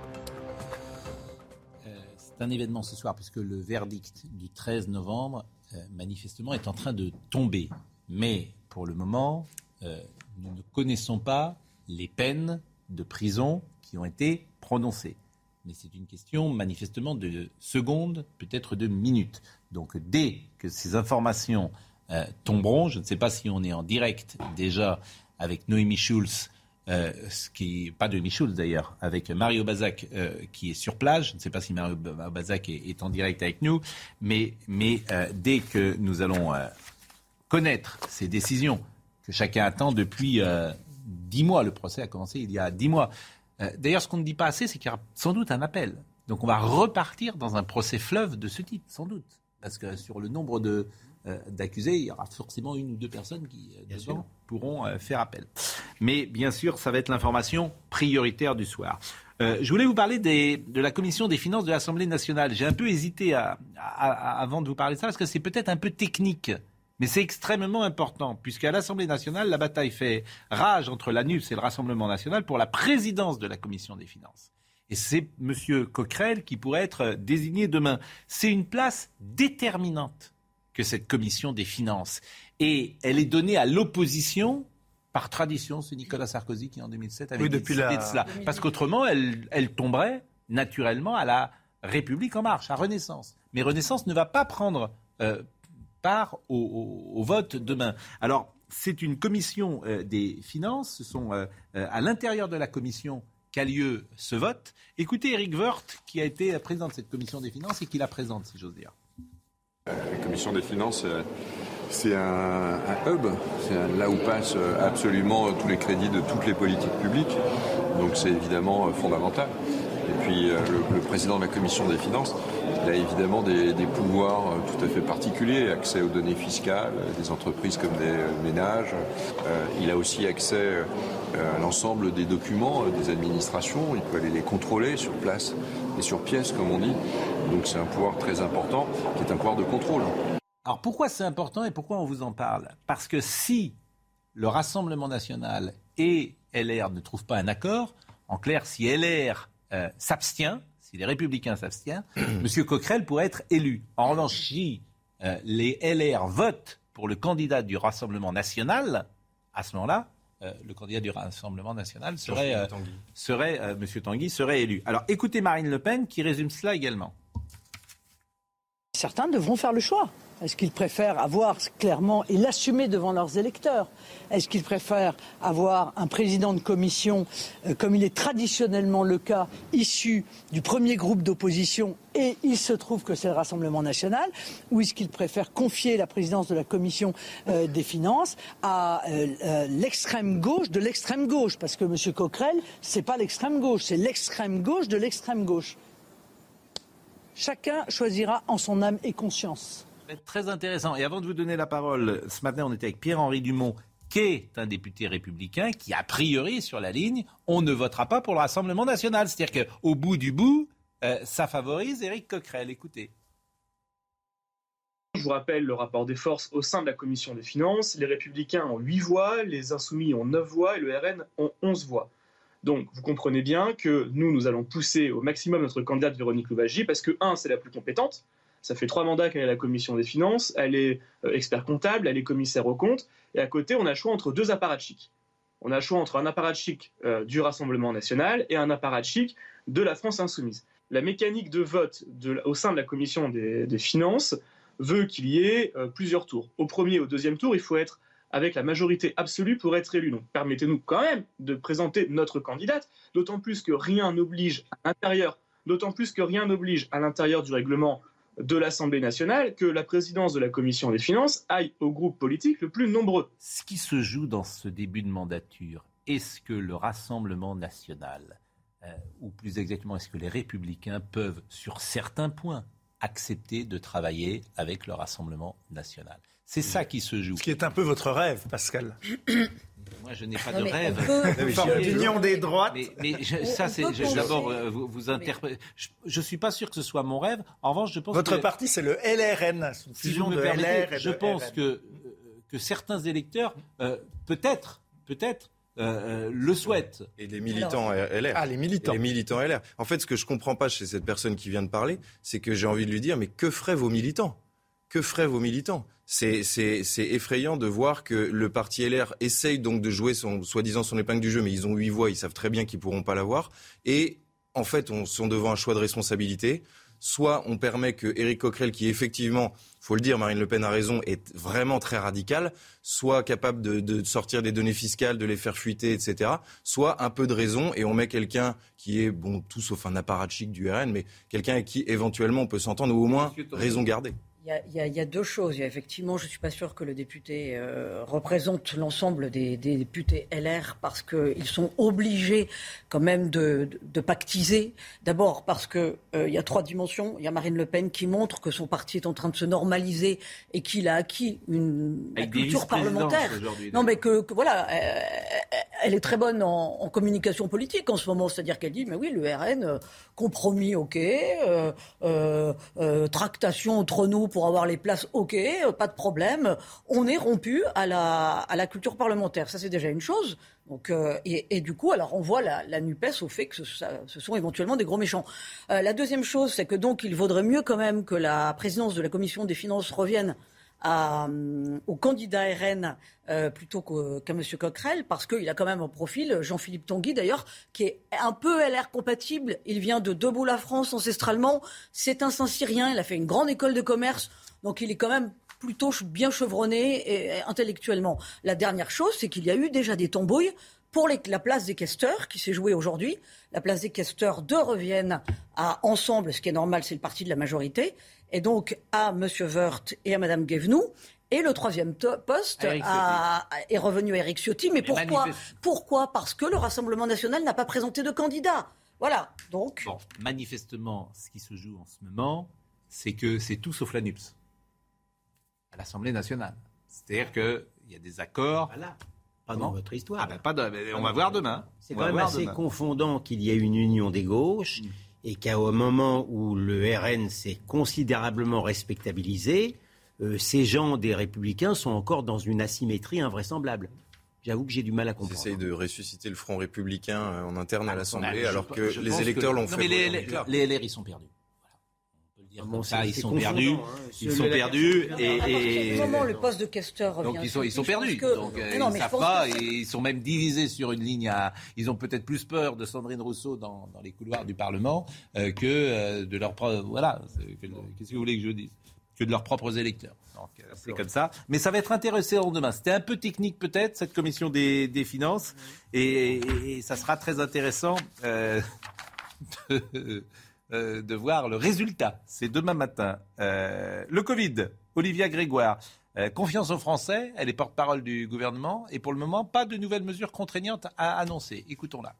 Speaker 3: C'est un événement ce soir puisque le verdict du treize novembre, euh, manifestement, est en train de tomber. Mais pour le moment, euh, nous ne connaissons pas les peines de prison qui ont été prononcées. Mais c'est une question manifestement de secondes, peut-être de minutes. Donc dès que ces informations euh, tomberont, je ne sais pas si on est en direct déjà avec Noémie Schulz, Euh, ce qui pas de Michoul d'ailleurs, avec Mario Bazac euh, qui est sur place. Je ne sais pas si Mario Bazac est, est en direct avec nous, mais, mais euh, dès que nous allons euh, connaître ces décisions que chacun attend depuis euh, dix mois, le procès a commencé il y a dix mois. Euh, d'ailleurs, ce qu'on ne dit pas assez, c'est qu'il y aura sans doute un appel. Donc on va repartir dans un procès fleuve de ce type, sans doute. Parce que sur le nombre de, euh, d'accusés, il y aura forcément une ou deux personnes qui euh, dedans, pourront euh, faire appel. Mais bien sûr, ça va être l'information prioritaire du soir. Euh, je voulais vous parler des, de la commission des finances de l'Assemblée nationale. J'ai un peu hésité à, à, à, avant de vous parler de ça, parce que c'est peut-être un peu technique. Mais c'est extrêmement important, puisqu'à l'Assemblée nationale, la bataille fait rage entre l'A N U P S et le Rassemblement national pour la présidence de la commission des finances. Et c'est M. Coquerel qui pourrait être désigné demain. C'est une place déterminante que cette commission des finances. Et elle est donnée à l'opposition. Par tradition, c'est Nicolas Sarkozy qui, en deux mille sept, avait oui, décidé la... de cela. Parce qu'autrement, elle, elle tomberait naturellement à la République en marche, à Renaissance. Mais Renaissance ne va pas prendre euh, part au, au, au vote demain. Alors, c'est une commission euh, des finances. Ce sont euh, euh, à l'intérieur de la commission qu'a lieu ce vote. Écoutez Éric Woerth, qui a été président de cette commission des finances et qui la présente, si j'ose dire.
Speaker 14: La commission des finances, c'est un, un hub, c'est un, là où passent absolument tous les crédits de toutes les politiques publiques. Donc c'est évidemment fondamental. Et puis le, le président de la commission des finances, il a évidemment des, des pouvoirs tout à fait particuliers, accès aux données fiscales des entreprises comme des ménages. Euh, il a aussi accès à l'ensemble des documents des administrations. Il peut aller les contrôler sur place et sur pièce, comme on dit. Donc c'est un pouvoir très important qui est un pouvoir de contrôle.
Speaker 3: Alors pourquoi c'est important et pourquoi on vous en parle ? Parce que si le Rassemblement national et L R ne trouvent pas un accord, en clair, si L R euh, s'abstient, si les Républicains s'abstiennent, M. Coquerel pourrait être élu. En revanche, si euh, les L R votent pour le candidat du Rassemblement national, à ce moment-là, euh, le candidat du Rassemblement national serait, euh, serait euh, M. Tanguy serait élu. Alors écoutez Marine Le Pen qui résume cela également.
Speaker 15: Certains devront faire le choix.
Speaker 10: Est-ce qu'ils préfèrent avoir clairement et l'assumer devant leurs électeurs? Est-ce qu'ils préfèrent avoir un président de commission, euh, comme il est traditionnellement le cas, issu du premier groupe d'opposition, et il se trouve que c'est le Rassemblement national, ou est-ce qu'ils préfèrent confier la présidence de la commission euh, des finances à euh, euh, l'extrême gauche de l'extrême gauche? Parce que M. Coquerel, c'est pas l'extrême gauche, c'est l'extrême gauche de l'extrême gauche. Chacun choisira en son âme et conscience.
Speaker 3: Très intéressant. Et avant de vous donner la parole, ce matin, on était avec Pierre-Henri Dumont, qui est un député républicain, qui a priori est sur la ligne, on ne votera pas pour le Rassemblement national. C'est-à-dire qu'au bout du bout, euh, ça favorise Éric Coquerel. Écoutez.
Speaker 15: Je vous rappelle le rapport des forces au sein de la Commission des finances. Les Républicains ont huit voix, les Insoumis ont neuf voix et le R N ont onze voix. Donc, vous comprenez bien que nous, nous allons pousser au maximum notre candidate Véronique Louwagie parce que, un, c'est la plus compétente. Ça fait trois mandats qu'elle est à la Commission des finances. Elle est euh, expert comptable, elle est commissaire aux comptes. Et à côté, on a le choix entre deux apparatchiks. On a le choix entre un apparatchik euh, du Rassemblement national et un apparatchik de la France insoumise. La mécanique de vote de, au sein de la Commission des, des finances veut qu'il y ait euh, plusieurs tours. Au premier et au deuxième tour, il faut être avec la majorité absolue pour être élu. Donc permettez-nous quand même de présenter notre candidate, d'autant plus que rien n'oblige à l'intérieur, d'autant plus que rien n'oblige à l'intérieur du règlement de l'Assemblée nationale que la présidence de la Commission des finances aille au groupe politique le plus nombreux.
Speaker 3: Ce qui se joue dans ce début de mandature, est-ce que le Rassemblement national, euh, ou plus exactement, est-ce que les Républicains peuvent, sur certains points, accepter de travailler avec le Rassemblement national? C'est ça qui se joue.
Speaker 5: Ce qui est un peu votre rêve, Pascal.
Speaker 3: Moi, je n'ai pas
Speaker 10: non,
Speaker 3: de rêve.
Speaker 5: Une forme d'union des droites.
Speaker 3: Mais, mais je, ça, c'est je, d'abord euh, vous, vous interprétez. Je ne suis pas sûr que ce soit mon rêve. En revanche, je pense
Speaker 5: votre
Speaker 3: que
Speaker 5: parti, c'est le L R N, sous
Speaker 3: si
Speaker 5: fusion
Speaker 3: vous me
Speaker 5: de
Speaker 3: permettez,
Speaker 5: L R et
Speaker 3: je
Speaker 5: de
Speaker 3: pense
Speaker 5: R N.
Speaker 3: que euh, que certains électeurs, euh, peut-être, peut-être. Euh, le souhaitent.
Speaker 6: Et les militants Alors, L R.
Speaker 5: Ah, les militants.
Speaker 6: Et les militants L R. En fait, ce que je comprends pas chez cette personne qui vient de parler, c'est que j'ai envie de lui dire, mais que feraient vos militants ? Que feraient vos militants ? C'est, c'est, c'est effrayant de voir que le parti L R essaye donc de jouer son, soi-disant son épingle du jeu, mais ils ont huit voix, ils savent très bien qu'ils pourront pas l'avoir. Et en fait, on sont devant un choix de responsabilité. Soit on permet que Éric Coquerel, qui effectivement, faut le dire, Marine Le Pen a raison, est vraiment très radical, soit capable de, de sortir des données fiscales, de les faire fuiter, et cetera. Soit un peu de raison et on met quelqu'un qui est, bon, tout sauf un apparatchik du R N, mais quelqu'un avec qui éventuellement on peut s'entendre ou au moins raison garder.
Speaker 10: Il y, a, il, y a, il y a deux choses. Il y a effectivement, je ne suis pas sûr que le député euh, représente l'ensemble des, des députés L R parce qu'ils sont obligés quand même de, de, de pactiser. D'abord parce qu'il euh, y a trois dimensions. Il y a Marine Le Pen qui montre que son parti est en train de se normaliser et qu'il a acquis une la culture parlementaire. Non mais que, que voilà, euh, elle est très bonne en, en communication politique en ce moment. C'est-à-dire qu'elle dit, mais oui, le R N, euh, compromis, ok, euh, euh, euh, tractation entre nous pour avoir les places, ok, pas de problème. On est rompu à la, à la culture parlementaire. Ça, c'est déjà une chose. Donc, euh, et, et du coup, alors on voit la, la NUPES au fait que ce, ça, ce sont éventuellement des gros méchants. Euh, la deuxième chose, c'est que donc il vaudrait mieux quand même que la présidence de la Commission des finances revienne à, euh, au candidat R N euh, plutôt qu'à, qu'à M. Coquerel, parce qu'il a quand même un profil, Jean-Philippe Tanguy d'ailleurs, qui est un peu L R compatible. Il vient de Debout-la-France ancestralement. C'est un Saint-Cyrien. Il a fait une grande école de commerce. Donc il est quand même plutôt bien chevronné et, et intellectuellement. La dernière chose, c'est qu'il y a eu déjà des tambouilles pour les, la place des questeurs qui s'est jouée aujourd'hui. La place des questeurs deux reviennent à Ensemble, ce qui est normal, c'est le parti de la majorité, et donc à M. Woerth et à Mme Guévenoux. Et le troisième to- poste a, est revenu à Éric Ciotti. Mais, mais pourquoi manifeste... Pourquoi Parce que le Rassemblement national n'a pas présenté de candidat. Voilà. Donc.
Speaker 3: Bon, manifestement, ce qui se joue en ce moment, c'est que c'est tout sauf la NUPES à l'Assemblée nationale. C'est-à-dire qu'il y a des accords.
Speaker 4: Voilà. Pas dans votre histoire.
Speaker 3: Ah ben pas de, on va voir demain.
Speaker 4: C'est quand même assez demain. confondant qu'il y ait une union des gauches mmh. et qu'au moment où le R N s'est considérablement respectabilisé, euh, ces gens des Républicains sont encore dans une asymétrie invraisemblable. J'avoue que j'ai du mal à comprendre.
Speaker 6: Ils essayent de ressusciter le Front républicain en interne
Speaker 3: ah,
Speaker 6: à l'Assemblée,
Speaker 3: a,
Speaker 6: alors
Speaker 3: je,
Speaker 6: que
Speaker 3: je
Speaker 6: les électeurs
Speaker 3: que...
Speaker 6: l'ont non, fait.
Speaker 3: Mais les, les, les L R, ils sont perdus. Bon, ça, ils sont perdus, hein. ils sont perdus et, et...
Speaker 10: moment le poste de questeur revient.
Speaker 3: Donc ils sont, ils sont perdus.
Speaker 10: Que...
Speaker 3: Donc
Speaker 10: non,
Speaker 3: ils
Speaker 10: non,
Speaker 3: ne savent pas
Speaker 10: que...
Speaker 3: et ils sont même divisés sur une ligne. À... Ils ont peut-être plus peur de Sandrine Rousseau dans, dans les couloirs du Parlement euh, que euh, de leur propre. Voilà. Qu'est-ce que vous voulez que je dise ? que de leurs propres électeurs. Donc, c'est comme ça. Mais ça va être intéressant demain. C'était un peu technique peut-être, cette commission des, des finances. Et, et, et ça sera très intéressant euh, de, euh, de voir le résultat. C'est demain matin. Euh, le Covid, Olivia Grégoire. Euh, confiance aux Français, elle est porte-parole du gouvernement. Et pour le moment, pas de nouvelles mesures contraignantes à annoncer. Écoutons-la.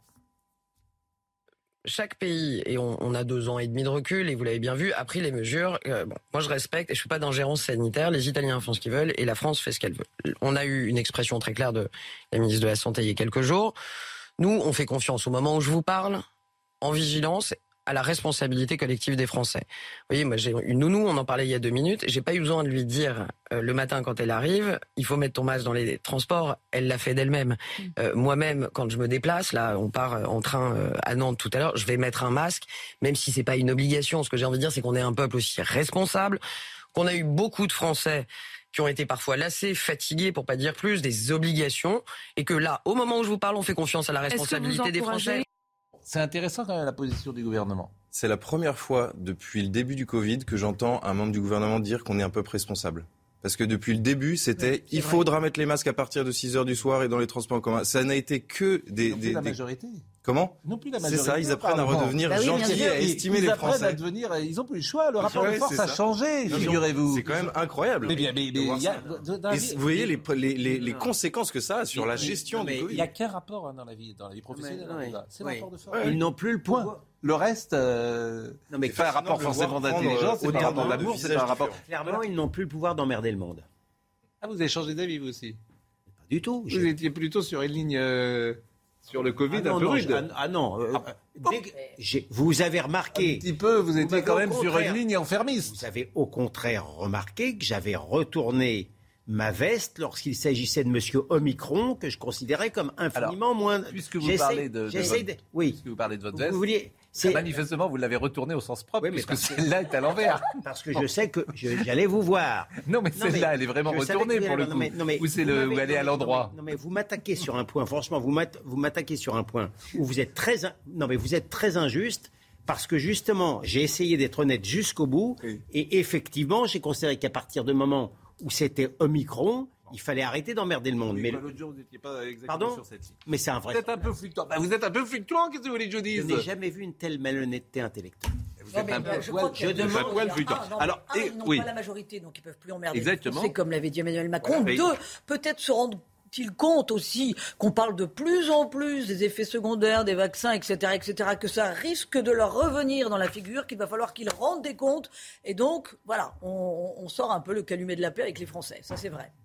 Speaker 16: Chaque pays, et on, on a deux ans et demi de recul, et vous l'avez bien vu, a pris les mesures. Euh, bon, moi, je respecte et je ne fais pas d'ingérence sanitaire. Les Italiens font ce qu'ils veulent et la France fait ce qu'elle veut. On a eu une expression très claire de la ministre de la Santé il y a quelques jours. Nous, on fait confiance au moment où je vous parle, en vigilance, à la responsabilité collective des Français. Vous voyez, moi j'ai une nounou, on en parlait il y a deux minutes, j'ai pas eu besoin de lui dire euh, le matin quand elle arrive, il faut mettre ton masque dans les transports, elle l'a fait d'elle-même. Mmh. Euh, moi-même, quand je me déplace, là on part en train euh, à Nantes tout à l'heure, je vais mettre un masque, même si c'est pas une obligation. Ce que j'ai envie de dire, c'est qu'on est un peuple aussi responsable, qu'on a eu beaucoup de Français qui ont été parfois lassés, fatigués, pour pas dire plus, des obligations, et que là, au moment où je vous parle, on fait confiance à la responsabilité des Français.
Speaker 3: C'est intéressant quand même la position du gouvernement.
Speaker 6: C'est la première fois depuis le début du Covid que j'entends un membre du gouvernement dire qu'on est un peuple responsable. Parce que depuis le début, c'était oui, il vrai. faudra mettre les masques à partir de six heures du soir et dans les transports en commun. Ça n'a été que des...
Speaker 3: Non
Speaker 6: des,
Speaker 3: plus la
Speaker 6: des...
Speaker 3: majorité.
Speaker 6: Comment ?
Speaker 3: Non plus la majorité.
Speaker 6: C'est ça, ils apprennent à redevenir bah oui, gentils, à estimer
Speaker 3: ils
Speaker 6: les Français.
Speaker 3: Ils apprennent à devenir... Ils n'ont plus le choix, le rapport
Speaker 6: ouais,
Speaker 3: de force a
Speaker 6: ça.
Speaker 3: changé, figurez-vous.
Speaker 6: C'est quand même incroyable.
Speaker 3: Mais bien, mais, mais, mais, y a,
Speaker 6: et vous voyez les, les, les, les conséquences que ça a sur mais, la gestion
Speaker 3: mais,
Speaker 6: du Covid.
Speaker 3: Il n'y a qu'un rapport hein, dans, la vie, dans la vie professionnelle.
Speaker 4: Mais,
Speaker 3: non, c'est
Speaker 4: oui.
Speaker 3: le rapport de force.
Speaker 4: Ils n'ont plus le pouvoir.
Speaker 3: Point. Le reste, euh, non, mais c'est pas un rapport forcément d'intelligence, c'est pas un rapport d'amour, c'est pas un rapport...
Speaker 4: Clairement, ils n'ont plus le pouvoir d'emmerder le monde.
Speaker 3: Ah, vous avez changé d'avis, vous aussi ?
Speaker 4: Pas du tout.
Speaker 3: Vous étiez plutôt sur une ligne euh, sur le Covid
Speaker 4: ah non,
Speaker 3: un peu
Speaker 4: non,
Speaker 3: rude.
Speaker 4: Ah, ah non. Euh, ah, dès que vous avez remarqué...
Speaker 3: Un petit peu, vous étiez vous quand même sur une ligne enfermiste.
Speaker 4: Vous avez au contraire remarqué que j'avais retourné ma veste lorsqu'il s'agissait de M. Omicron, que je considérais comme infiniment
Speaker 3: Alors,
Speaker 4: moins...
Speaker 3: Puisque vous, parlez de, de votre,
Speaker 4: de... Oui.
Speaker 3: puisque vous parlez de votre veste...
Speaker 4: Vous vouliez...
Speaker 3: C'est... Manifestement, vous l'avez retourné au sens propre, oui, puisque parce celle-là est à l'envers.
Speaker 4: Parce que je sais que je, j'allais vous voir.
Speaker 3: Non, mais non, celle-là, mais elle est vraiment retournée pour le coup. Non, mais, non, mais, où c'est le, où elle est à l'endroit.
Speaker 4: Non, mais vous m'attaquez sur un point. Franchement, vous, vous m'attaquez sur un point où vous êtes très, non, mais vous êtes très injuste. Parce que justement, j'ai essayé d'être honnête jusqu'au bout. Oui. Et effectivement, j'ai considéré qu'à partir du moment où c'était Omicron, il fallait arrêter d'emmerder le monde.
Speaker 3: Oui,
Speaker 4: mais
Speaker 3: l'autre jour, vous n'étiez pas exactement
Speaker 4: Pardon
Speaker 3: sur cette ligne.
Speaker 4: Mais c'est un vrai...
Speaker 3: Vous êtes un peu fluctuant. Bah, vous êtes un peu fluctuant, qu'est-ce que vous voulez que je dise ?
Speaker 4: Je n'ai jamais vu une telle malhonnêteté intellectuelle.
Speaker 3: Vous êtes un peu poil, je demande un poil fluctuant.
Speaker 10: Ah, Alors, un, ils n'ont oui. pas la majorité, donc ils ne peuvent plus emmerder.
Speaker 3: Exactement.
Speaker 10: C'est comme l'avait dit Emmanuel Macron.
Speaker 3: Ouais,
Speaker 10: Deux, peut-être se rendre... Ils comptent aussi qu'on parle de plus en plus des effets secondaires, des vaccins, et cetera, et cetera, que ça risque de leur revenir dans la figure, qu'il va falloir qu'ils rendent des comptes. Et donc, voilà, on, on sort un peu le calumet de la paix avec les Français. Ça, c'est vrai.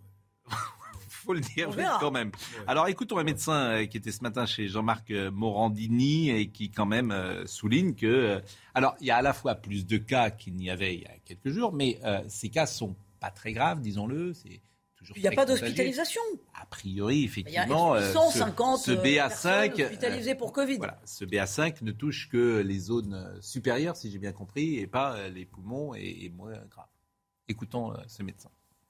Speaker 3: Faut le dire quand même. Alors écoutons un médecin qui était ce matin chez Jean-Marc Morandini et qui quand même souligne que... Alors il y a à la fois plus de cas qu'il n'y avait il y a quelques jours, mais euh, ces cas sont pas très graves, disons-le. C'est toujours
Speaker 10: il n'y a pas d'hospitalisation.
Speaker 3: A priori, effectivement,
Speaker 10: il y a cent cinquante
Speaker 3: ce, ce B A cinq
Speaker 10: hospitalisés pour Covid.
Speaker 3: Voilà, ce B A cinq ne touche que les zones supérieures, si j'ai bien compris, et pas les poumons et, et moins grave. Écoutons euh, ce médecin.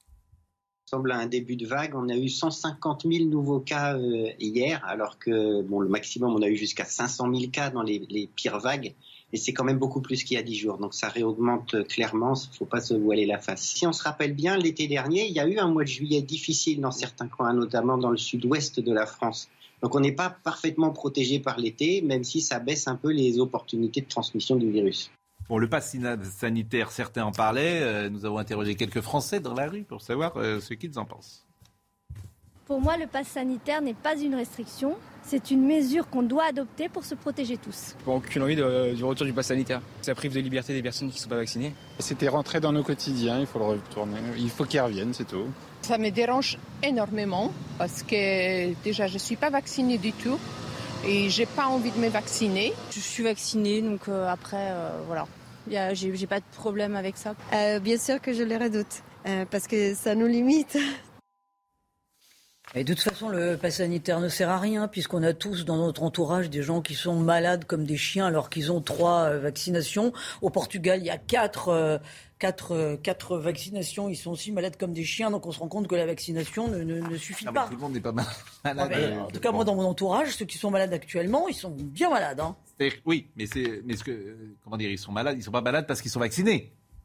Speaker 17: Semble à un début de vague. On a eu cent cinquante mille nouveaux cas euh, hier, alors que bon, le maximum, on a eu jusqu'à cinq cent mille cas dans les, les pires vagues. Et c'est quand même beaucoup plus qu'il y a dix jours. Donc ça réaugmente clairement, il ne faut pas se voiler la face. Si on se rappelle bien, l'été dernier, il y a eu un mois de juillet difficile dans certains coins, notamment dans le sud-ouest de la France. Donc on n'est pas parfaitement protégé par l'été, même si ça baisse un peu les opportunités de transmission du virus.
Speaker 3: Bon, le pass sanitaire, certains en parlaient. Euh, nous avons interrogé quelques Français dans la rue pour savoir euh, ce qu'ils en pensent.
Speaker 18: Pour moi, le pass sanitaire n'est pas une restriction. C'est une mesure qu'on doit adopter pour se protéger tous.
Speaker 19: J'ai aucune envie de, du retour du pass sanitaire. Ça prive de liberté des personnes qui ne sont pas vaccinées.
Speaker 20: C'était rentré dans nos quotidiens, il faut le retourner. Il faut qu'il revienne, c'est tout.
Speaker 21: Ça me dérange énormément parce que déjà, je ne suis pas vaccinée du tout. Et j'ai pas envie de me vacciner.
Speaker 22: Je suis vaccinée, donc euh, après, euh, voilà. Y a, j'ai, j'ai pas de problème avec ça.
Speaker 23: Euh, bien sûr que je le redoute, euh, parce que ça nous limite.
Speaker 10: Et de toute façon, le pass sanitaire ne sert à rien, puisqu'on a tous dans notre entourage des gens qui sont malades comme des chiens alors qu'ils ont trois euh, vaccinations. Au Portugal, il y a quatre... Euh, Quatre, quatre vaccinations, ils sont aussi malades comme des chiens, donc on se rend compte que la vaccination ne, ne, ne suffit
Speaker 3: non,
Speaker 10: pas.
Speaker 3: Tout le monde n'est pas malade. Ah
Speaker 10: mais, en tout cas, moi, dans mon entourage, ceux qui sont malades actuellement, ils sont bien malades. Hein.
Speaker 3: Oui, mais, c'est, mais ce que, comment dire, ils sont malades, ils ne sont pas malades parce qu'ils sont vaccinés.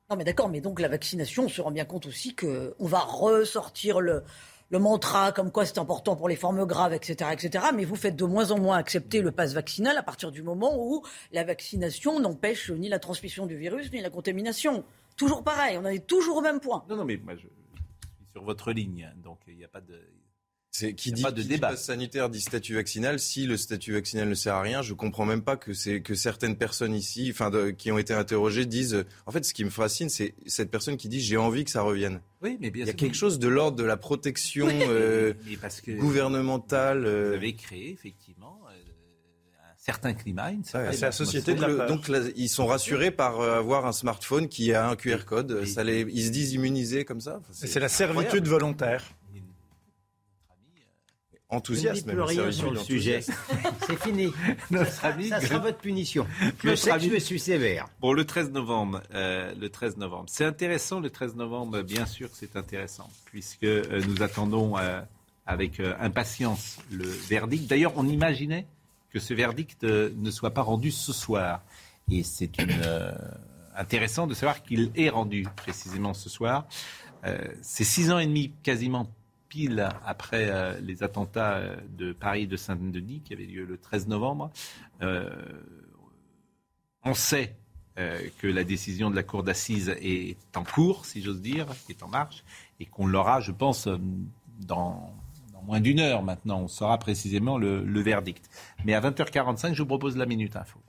Speaker 10: Non mais d'accord, mais donc la vaccination, on se rend bien compte aussi qu'on va ressortir le, le mantra comme quoi c'est important pour les formes graves, et cetera, et cetera. Mais vous faites de moins en moins accepter le pass vaccinal à partir du moment où la vaccination n'empêche ni la transmission du virus, ni la contamination. Toujours pareil, on en est toujours au même point.
Speaker 3: Non, non, mais moi je suis sur votre ligne, donc il n'y a pas de...
Speaker 6: C'est, qui dit, qui dit passe sanitaire dit statut vaccinal. Si le statut vaccinal ne sert à rien, je comprends même pas que c'est que certaines personnes ici, enfin, de, qui ont été interrogées, disent. En fait, ce qui me fascine, c'est cette personne qui dit j'ai envie que ça revienne.
Speaker 3: Oui, mais bien
Speaker 6: il y a
Speaker 3: sûr.
Speaker 6: quelque chose de l'ordre de la protection oui, euh, mais parce que gouvernementale.
Speaker 3: Vous avez créé effectivement euh, un certain climat. Une
Speaker 6: ouais, c'est la société de la peur. Donc là, ils sont rassurés par euh, avoir un smartphone qui a un Q R code. Oui. Ça les, ils se disent immunisés comme ça. Enfin,
Speaker 5: c'est, c'est la servitude incroyable. Volontaire.
Speaker 6: Enthousiasme,
Speaker 4: je ne dis plus rien sur le sujet. C'est fini. Notre ami, ça sera votre punition. Je sais que je suis sévère.
Speaker 3: Bon, le treize novembre, euh, le treize novembre. C'est intéressant, le treize novembre, bien sûr que c'est intéressant, puisque euh, nous attendons euh, avec euh, impatience le verdict. D'ailleurs, on imaginait que ce verdict euh, ne soit pas rendu ce soir. Et c'est une, euh, intéressant de savoir qu'il est rendu précisément ce soir. Euh, c'est six ans et demi quasiment pile après euh, les attentats euh, de Paris et de Saint-Denis qui avaient lieu le treize novembre. Euh, on sait euh, que la décision de la cour d'assises est en cours, si j'ose dire, est en marche, et qu'on l'aura, je pense, dans, dans moins d'une heure maintenant. On saura précisément le, le verdict. Mais à vingt heures quarante-cinq, je vous propose la Minute Info.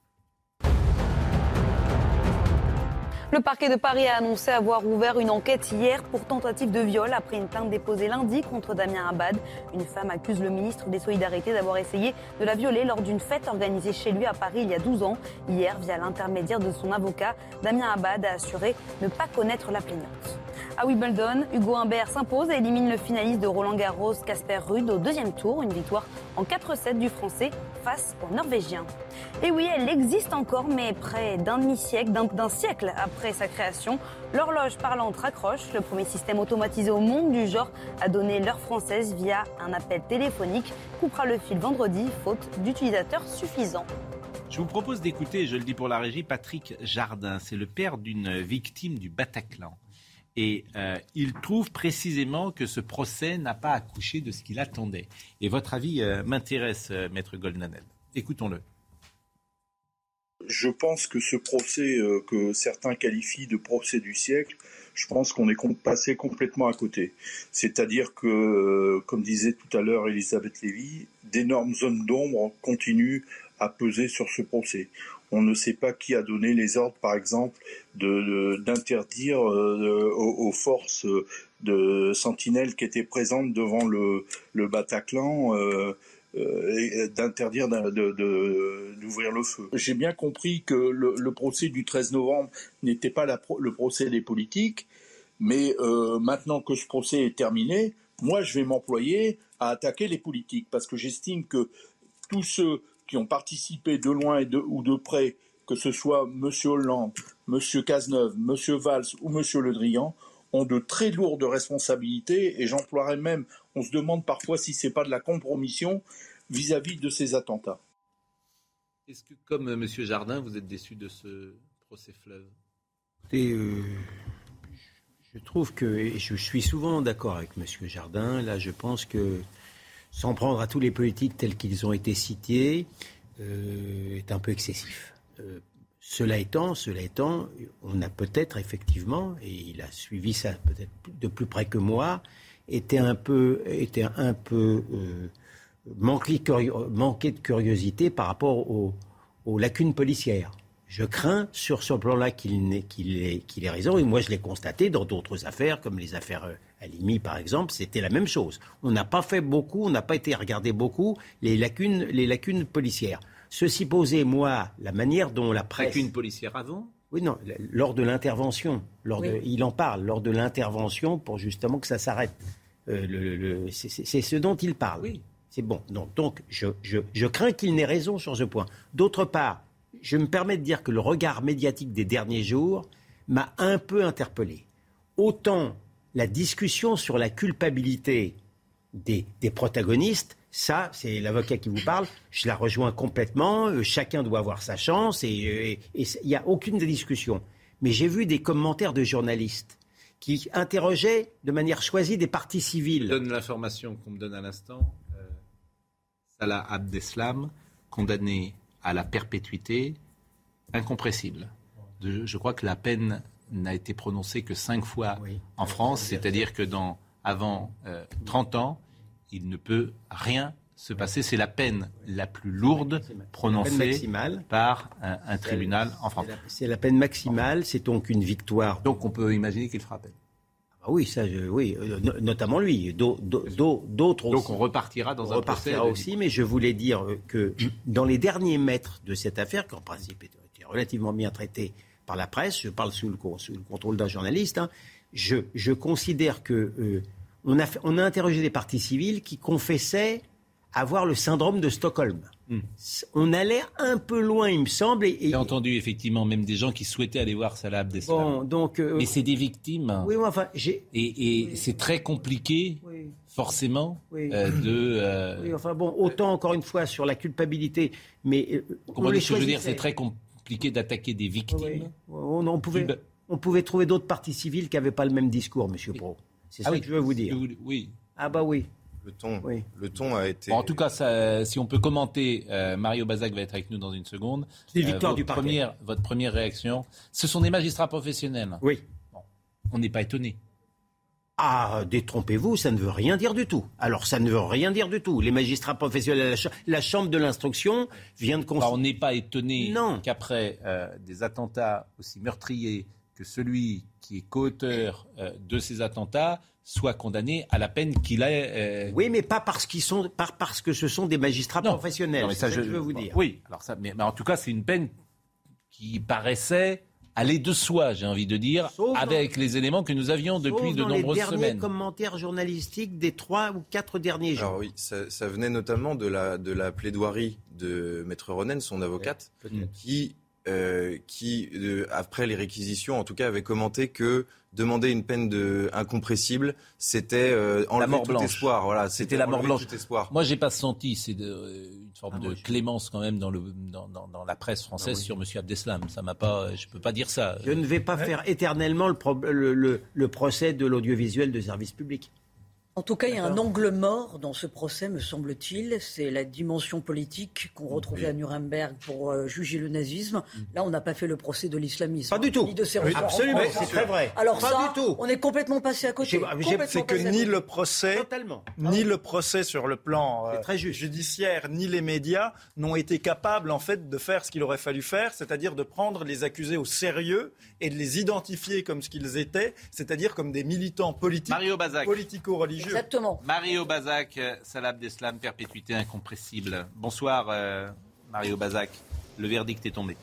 Speaker 7: Le parquet de Paris a annoncé avoir ouvert une enquête hier pour tentative de viol après une plainte déposée lundi contre Damien Abad. Une femme accuse le ministre des Solidarités d'avoir essayé de la violer lors d'une fête organisée chez lui à Paris il y a douze ans. Hier, via l'intermédiaire de son avocat, Damien Abad a assuré ne pas connaître la plaignante. À Wimbledon, Hugo Humbert s'impose et élimine le finaliste de Roland-Garros, Casper Ruud, au deuxième tour. Une victoire en quatre sept du Français face au Norvégien. Et oui, elle existe encore, mais près d'un demi-siècle, d'un, d'un siècle après sa création, l'horloge parlante raccroche. Le premier système automatisé au monde du genre a donné l'heure française via un appel téléphonique. Coupera le fil vendredi, faute d'utilisateurs suffisants.
Speaker 3: Je vous propose d'écouter, je le dis pour la régie, Patrick Jardin. C'est le père d'une victime du Bataclan. Et euh, il trouve précisément que ce procès n'a pas accouché de ce qu'il attendait. Et votre avis euh, m'intéresse, euh, Maître Goldnadel. Écoutons-le.
Speaker 1: Je pense que ce procès euh, que certains qualifient de procès du siècle, je pense qu'on est passé complètement à côté. C'est-à-dire que, euh, comme disait tout à l'heure Elisabeth Lévy, d'énormes zones d'ombre continuent à peser sur ce procès. On ne sait pas qui a donné les ordres, par exemple, de, de, d'interdire euh, aux, aux forces de sentinelles qui étaient présentes devant le, le Bataclan euh, euh, d'interdire de, de, de, d'ouvrir le feu. J'ai bien compris que le, le procès du treize novembre n'était pas la, le procès des politiques, mais euh, maintenant que ce procès est terminé, moi je vais m'employer à attaquer les politiques, parce que j'estime que tous ceux qui ont participé de loin et de, ou de près, que ce soit M. Hollande, M. Cazeneuve, M. Valls ou M. Le Drian, ont de très lourdes responsabilités, et j'emploierais même, on se demande parfois si c'est pas de la compromission vis-à-vis de ces attentats.
Speaker 3: Est-ce que, comme M. Jardin, vous êtes déçu de ce procès fleuve ?
Speaker 4: Et euh, je trouve que, et je suis souvent d'accord avec M. Jardin, là je pense que s'en prendre à tous les politiques tels qu'ils ont été cités euh, est un peu excessif. Euh, cela étant, cela étant, on a peut-être effectivement, et il a suivi ça peut-être de plus près que moi, été un peu, été un peu euh, manqué, manqué de curiosité par rapport aux, aux lacunes policières. Je crains sur ce plan-là qu'il, n'ait, qu'il, ait, qu'il ait raison, et moi je l'ai constaté dans d'autres affaires, comme les affaires euh, Halimi par exemple, c'était la même chose. On n'a pas fait beaucoup, on n'a pas été regarder beaucoup les lacunes, les lacunes policières. Ceci posé, moi, la manière dont la presse...
Speaker 3: Lacunes policières avant ?
Speaker 4: Oui, non, lors de l'intervention. Lors
Speaker 3: oui.
Speaker 4: de, il en parle, lors de l'intervention, pour justement que ça s'arrête. Euh, le, le, c'est, c'est, c'est ce dont il parle.
Speaker 3: Oui.
Speaker 4: C'est bon. Donc, donc je, je, je crains qu'il n'ait raison sur ce point. D'autre part, je me permets de dire que le regard médiatique des derniers jours m'a un peu interpellé. Autant la discussion sur la culpabilité des, des protagonistes, ça, c'est l'avocat qui vous parle, je la rejoins complètement, euh, chacun doit avoir sa chance et il n'y a aucune discussion. mais j'ai vu des commentaires de journalistes qui interrogeaient de manière choisie des partis civils.
Speaker 3: Je donne l'information qu'on me donne à l'instant. Euh, Salah Abdeslam, condamné à la perpétuité, incompressible. De, je crois que la peine n'a été prononcée que cinq fois oui. en France, c'est-à-dire que dans, avant euh, trente ans, il ne peut rien se passer. C'est la peine la plus lourde prononcée par un, un tribunal en France.
Speaker 4: C'est la, c'est la peine maximale, c'est donc une victoire.
Speaker 3: Donc on peut imaginer qu'il fera appel.
Speaker 4: Ah oui, ça, je, oui, euh, notamment lui, d'autres aussi.
Speaker 3: Donc on repartira dans
Speaker 4: on
Speaker 3: un
Speaker 4: repartira
Speaker 3: procès
Speaker 4: aussi, mais je voulais dire que dans les derniers mètres de cette affaire, qui en principe était relativement bien traitée par la presse, je parle sous le, sous le contrôle d'un journaliste, hein, je, je considère que euh, on, a fait, on a interrogé des partis civils qui confessaient avoir le syndrome de Stockholm. Mmh. On allait un peu loin, il me semble. Et, et...
Speaker 3: J'ai entendu effectivement même des gens qui souhaitaient aller voir Salah Abdeslam.
Speaker 4: Bon, donc, euh...
Speaker 3: mais c'est des victimes.
Speaker 4: Oui, enfin, j'ai...
Speaker 3: Et, et
Speaker 4: oui.
Speaker 3: c'est très compliqué, oui. forcément,
Speaker 4: oui.
Speaker 3: Euh, de... Euh...
Speaker 4: Oui, enfin bon, autant encore une fois sur la culpabilité, mais... Euh,
Speaker 3: Comment dire, je veux dire, c'est très compliqué d'attaquer des victimes. Oui.
Speaker 4: On, on, pouvait, qui... on pouvait trouver d'autres partis civils qui n'avaient pas le même discours, monsieur Pro. C'est ah ça oui. que je veux vous dire.
Speaker 3: Oui.
Speaker 4: Ah bah oui.
Speaker 6: Le ton, oui. le ton a été...
Speaker 3: Bon, en tout cas, ça, si on peut commenter, euh, Mario Bazac va être avec nous dans une seconde.
Speaker 4: C'est victoire
Speaker 3: euh,
Speaker 4: du parquet.
Speaker 3: Première, votre première réaction, ce sont des magistrats professionnels.
Speaker 4: Oui.
Speaker 3: Bon, on n'est pas étonné.
Speaker 4: Ah, détrompez-vous, ça ne veut rien dire du tout. Alors, ça ne veut rien dire du tout. Les magistrats professionnels, la, ch- la Chambre de l'instruction vient de constater...
Speaker 3: Enfin, on n'est pas étonné qu'après euh, des attentats aussi meurtriers que celui qui est co-auteur euh, de ces attentats soit condamné à la peine qu'il a. Euh...
Speaker 4: Oui, mais pas parce qu'ils sont, pas parce que ce sont des magistrats non. professionnels.
Speaker 3: Non, mais ça,
Speaker 4: c'est
Speaker 3: je,
Speaker 4: ce que je veux vous dire.
Speaker 3: Oui, alors ça, mais, mais en tout cas, c'est une peine qui paraissait aller de soi, j'ai envie de dire, sauf avec dans, les éléments que nous avions depuis de nombreuses
Speaker 4: semaines. Les derniers commentaires journalistiques des trois ou quatre derniers jours.
Speaker 6: Alors oui, ça, ça venait notamment de la de la plaidoirie de Maître Ronen, son avocate, ouais, qui euh, qui euh, après les réquisitions, en tout cas, avait commenté que demander une peine de incompressible, c'était euh, enlever
Speaker 3: la mort
Speaker 6: tout
Speaker 3: blanche.
Speaker 6: espoir. Voilà,
Speaker 3: c'était, c'était la mort blanche. Moi, j'ai pas senti c'est de, une forme ah, de je... clémence quand même dans, le, dans, dans, dans la presse française ah, oui. sur M. Abdeslam. Ça m'a pas, je peux pas dire ça.
Speaker 4: Je ne vais pas ouais. faire éternellement le, pro, le, le, le procès de l'audiovisuel de service public.
Speaker 10: En tout cas, il y a un angle mort dans ce procès, me semble-t-il. C'est la dimension politique qu'on retrouvait oui. à Nuremberg pour euh, juger le nazisme. Là, on n'a pas fait le procès de l'islamisme.
Speaker 4: Pas du tout.
Speaker 10: Ni de ses
Speaker 4: oui, absolument, c'est très vrai.
Speaker 10: Alors
Speaker 4: pas
Speaker 10: ça,
Speaker 4: du tout.
Speaker 10: on est complètement passé à côté.
Speaker 5: J'ai, j'ai, c'est que ni le procès,
Speaker 4: Totalement.
Speaker 5: ni le procès sur le plan euh,
Speaker 4: très juste.
Speaker 5: judiciaire, ni les médias n'ont été capables en fait de faire ce qu'il aurait fallu faire, c'est-à-dire de prendre les accusés au sérieux et de les identifier comme ce qu'ils étaient, c'est-à-dire comme des militants politiques,
Speaker 3: Mario Bazac.
Speaker 5: politico-religieux.
Speaker 10: Exactement.
Speaker 3: Mario Bazac, Salah Abdeslam, perpétuité incompressible. Bonsoir euh, Mario Bazac, le verdict est tombé.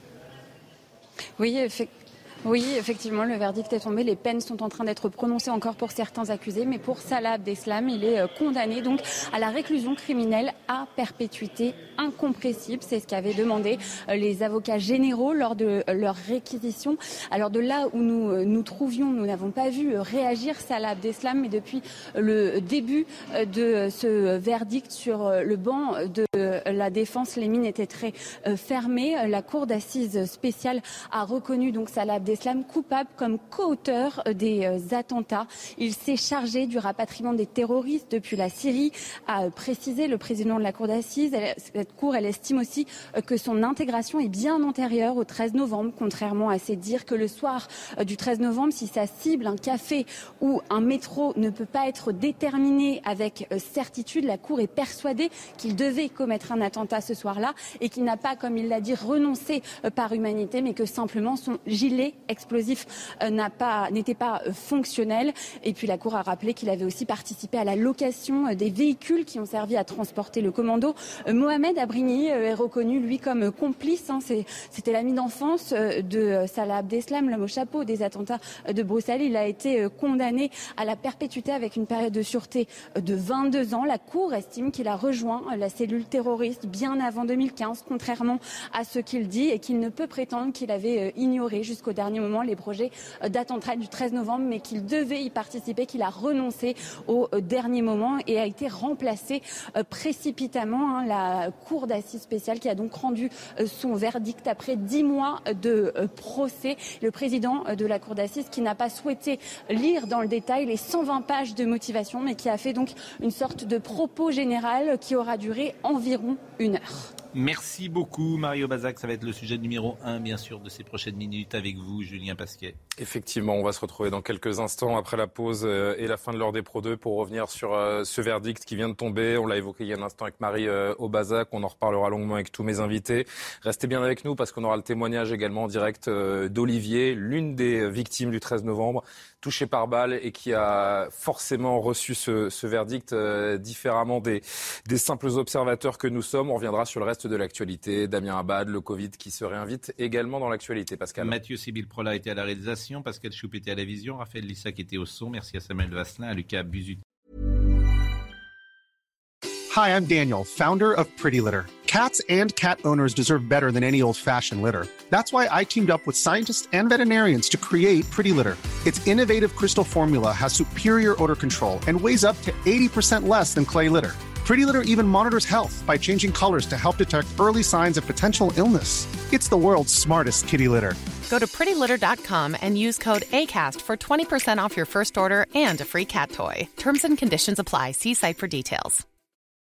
Speaker 2: Oui, effectivement. Oui, effectivement, le verdict est tombé. Les peines sont en train d'être prononcées encore pour certains accusés, mais pour Salah Abdeslam, il est condamné donc à la réclusion criminelle à perpétuité incompressible. C'est ce qu'avaient demandé les avocats généraux lors de leur réquisition. Alors de là où nous nous trouvions, nous n'avons pas vu réagir Salah Abdeslam, mais depuis le début de ce verdict sur le banc de la défense, les mines étaient très fermées. La cour d'assises spéciale a reconnu donc Salah Abdeslam coupable comme co-auteur des attentats. Il s'est chargé du rapatriement des terroristes depuis la Syrie, a précisé le président de la cour d'assises. Cette cour, elle estime aussi que son intégration est bien antérieure au treize novembre, contrairement à ces dires que le soir du treize novembre, si sa cible, un café ou un métro, ne peut pas être déterminé avec certitude, la cour est persuadée qu'il devait commettre un attentat ce soir-là et qu'il n'a pas, comme il l'a dit, renoncé par humanité, mais que simplement son gilet explosif euh, n'a pas, n'était pas euh, fonctionnel. Et puis la Cour a rappelé qu'il avait aussi participé à la location euh, des véhicules qui ont servi à transporter le commando. Euh, Mohamed Abrini euh, est reconnu, lui, comme euh, complice. Hein, c'est, c'était l'ami d'enfance euh, de euh, Salah Abdeslam, l'homme au chapeau des attentats euh, de Bruxelles. Il a été euh, condamné à la perpétuité avec une période de sûreté euh, de vingt-deux ans. La Cour estime qu'il a rejoint euh, la cellule terroriste terroriste bien avant deux mille quinze, contrairement à ce qu'il dit, et qu'il ne peut prétendre qu'il avait ignoré jusqu'au dernier moment les projets d'attentat du treize novembre, mais qu'il devait y participer, qu'il a renoncé au dernier moment et a été remplacé précipitamment. Hein, la cour d'assises spéciale qui a donc rendu son verdict après dix mois de procès. Le président de la cour d'assises qui n'a pas souhaité lire dans le détail les cent vingt pages de motivation, mais qui a fait donc une sorte de propos général qui aura duré environ une heure.
Speaker 3: Merci beaucoup Mario Bazac, ça va être le sujet numéro un bien sûr de ces prochaines minutes avec vous Julien Pasquet.
Speaker 9: Effectivement, on va se retrouver dans quelques instants après la pause et la fin de l'heure des Pro deux pour revenir sur ce verdict qui vient de tomber. On l'a évoqué il y a un instant avec Marie Aubazac, on en reparlera longuement avec tous mes invités. Restez bien avec nous parce qu'on aura le témoignage également en direct d'Olivier, l'une des victimes du treize novembre, touchée par balle et qui a forcément reçu ce, ce verdict euh, différemment des, des simples observateurs que nous sommes. On reviendra sur le reste de l'actualité. Damien Abad, le Covid qui se réinvite également dans l'actualité. Pascal.
Speaker 3: Mathieu Sibyl-Prola était à la réalisation, Pascal Choup était à la vision, Raphaël Lissac était au son. Merci à Samuel Vasselin, à Lucas Buzut.
Speaker 12: Hi, I'm Daniel, founder of Pretty Litter. Cats and cat owners deserve better than any old-fashioned litter. That's why I teamed up with scientists and veterinarians to create Pretty Litter. Its innovative crystal formula has superior odor control and weighs up to eighty percent less than clay litter. Pretty Litter even monitors health by changing colors to help detect early signs of potential illness. It's the world's smartest kitty litter.
Speaker 13: Go to pretty litter dot com and use code ACAST for twenty percent off your first order and a free cat toy. Terms and conditions apply. See site for details.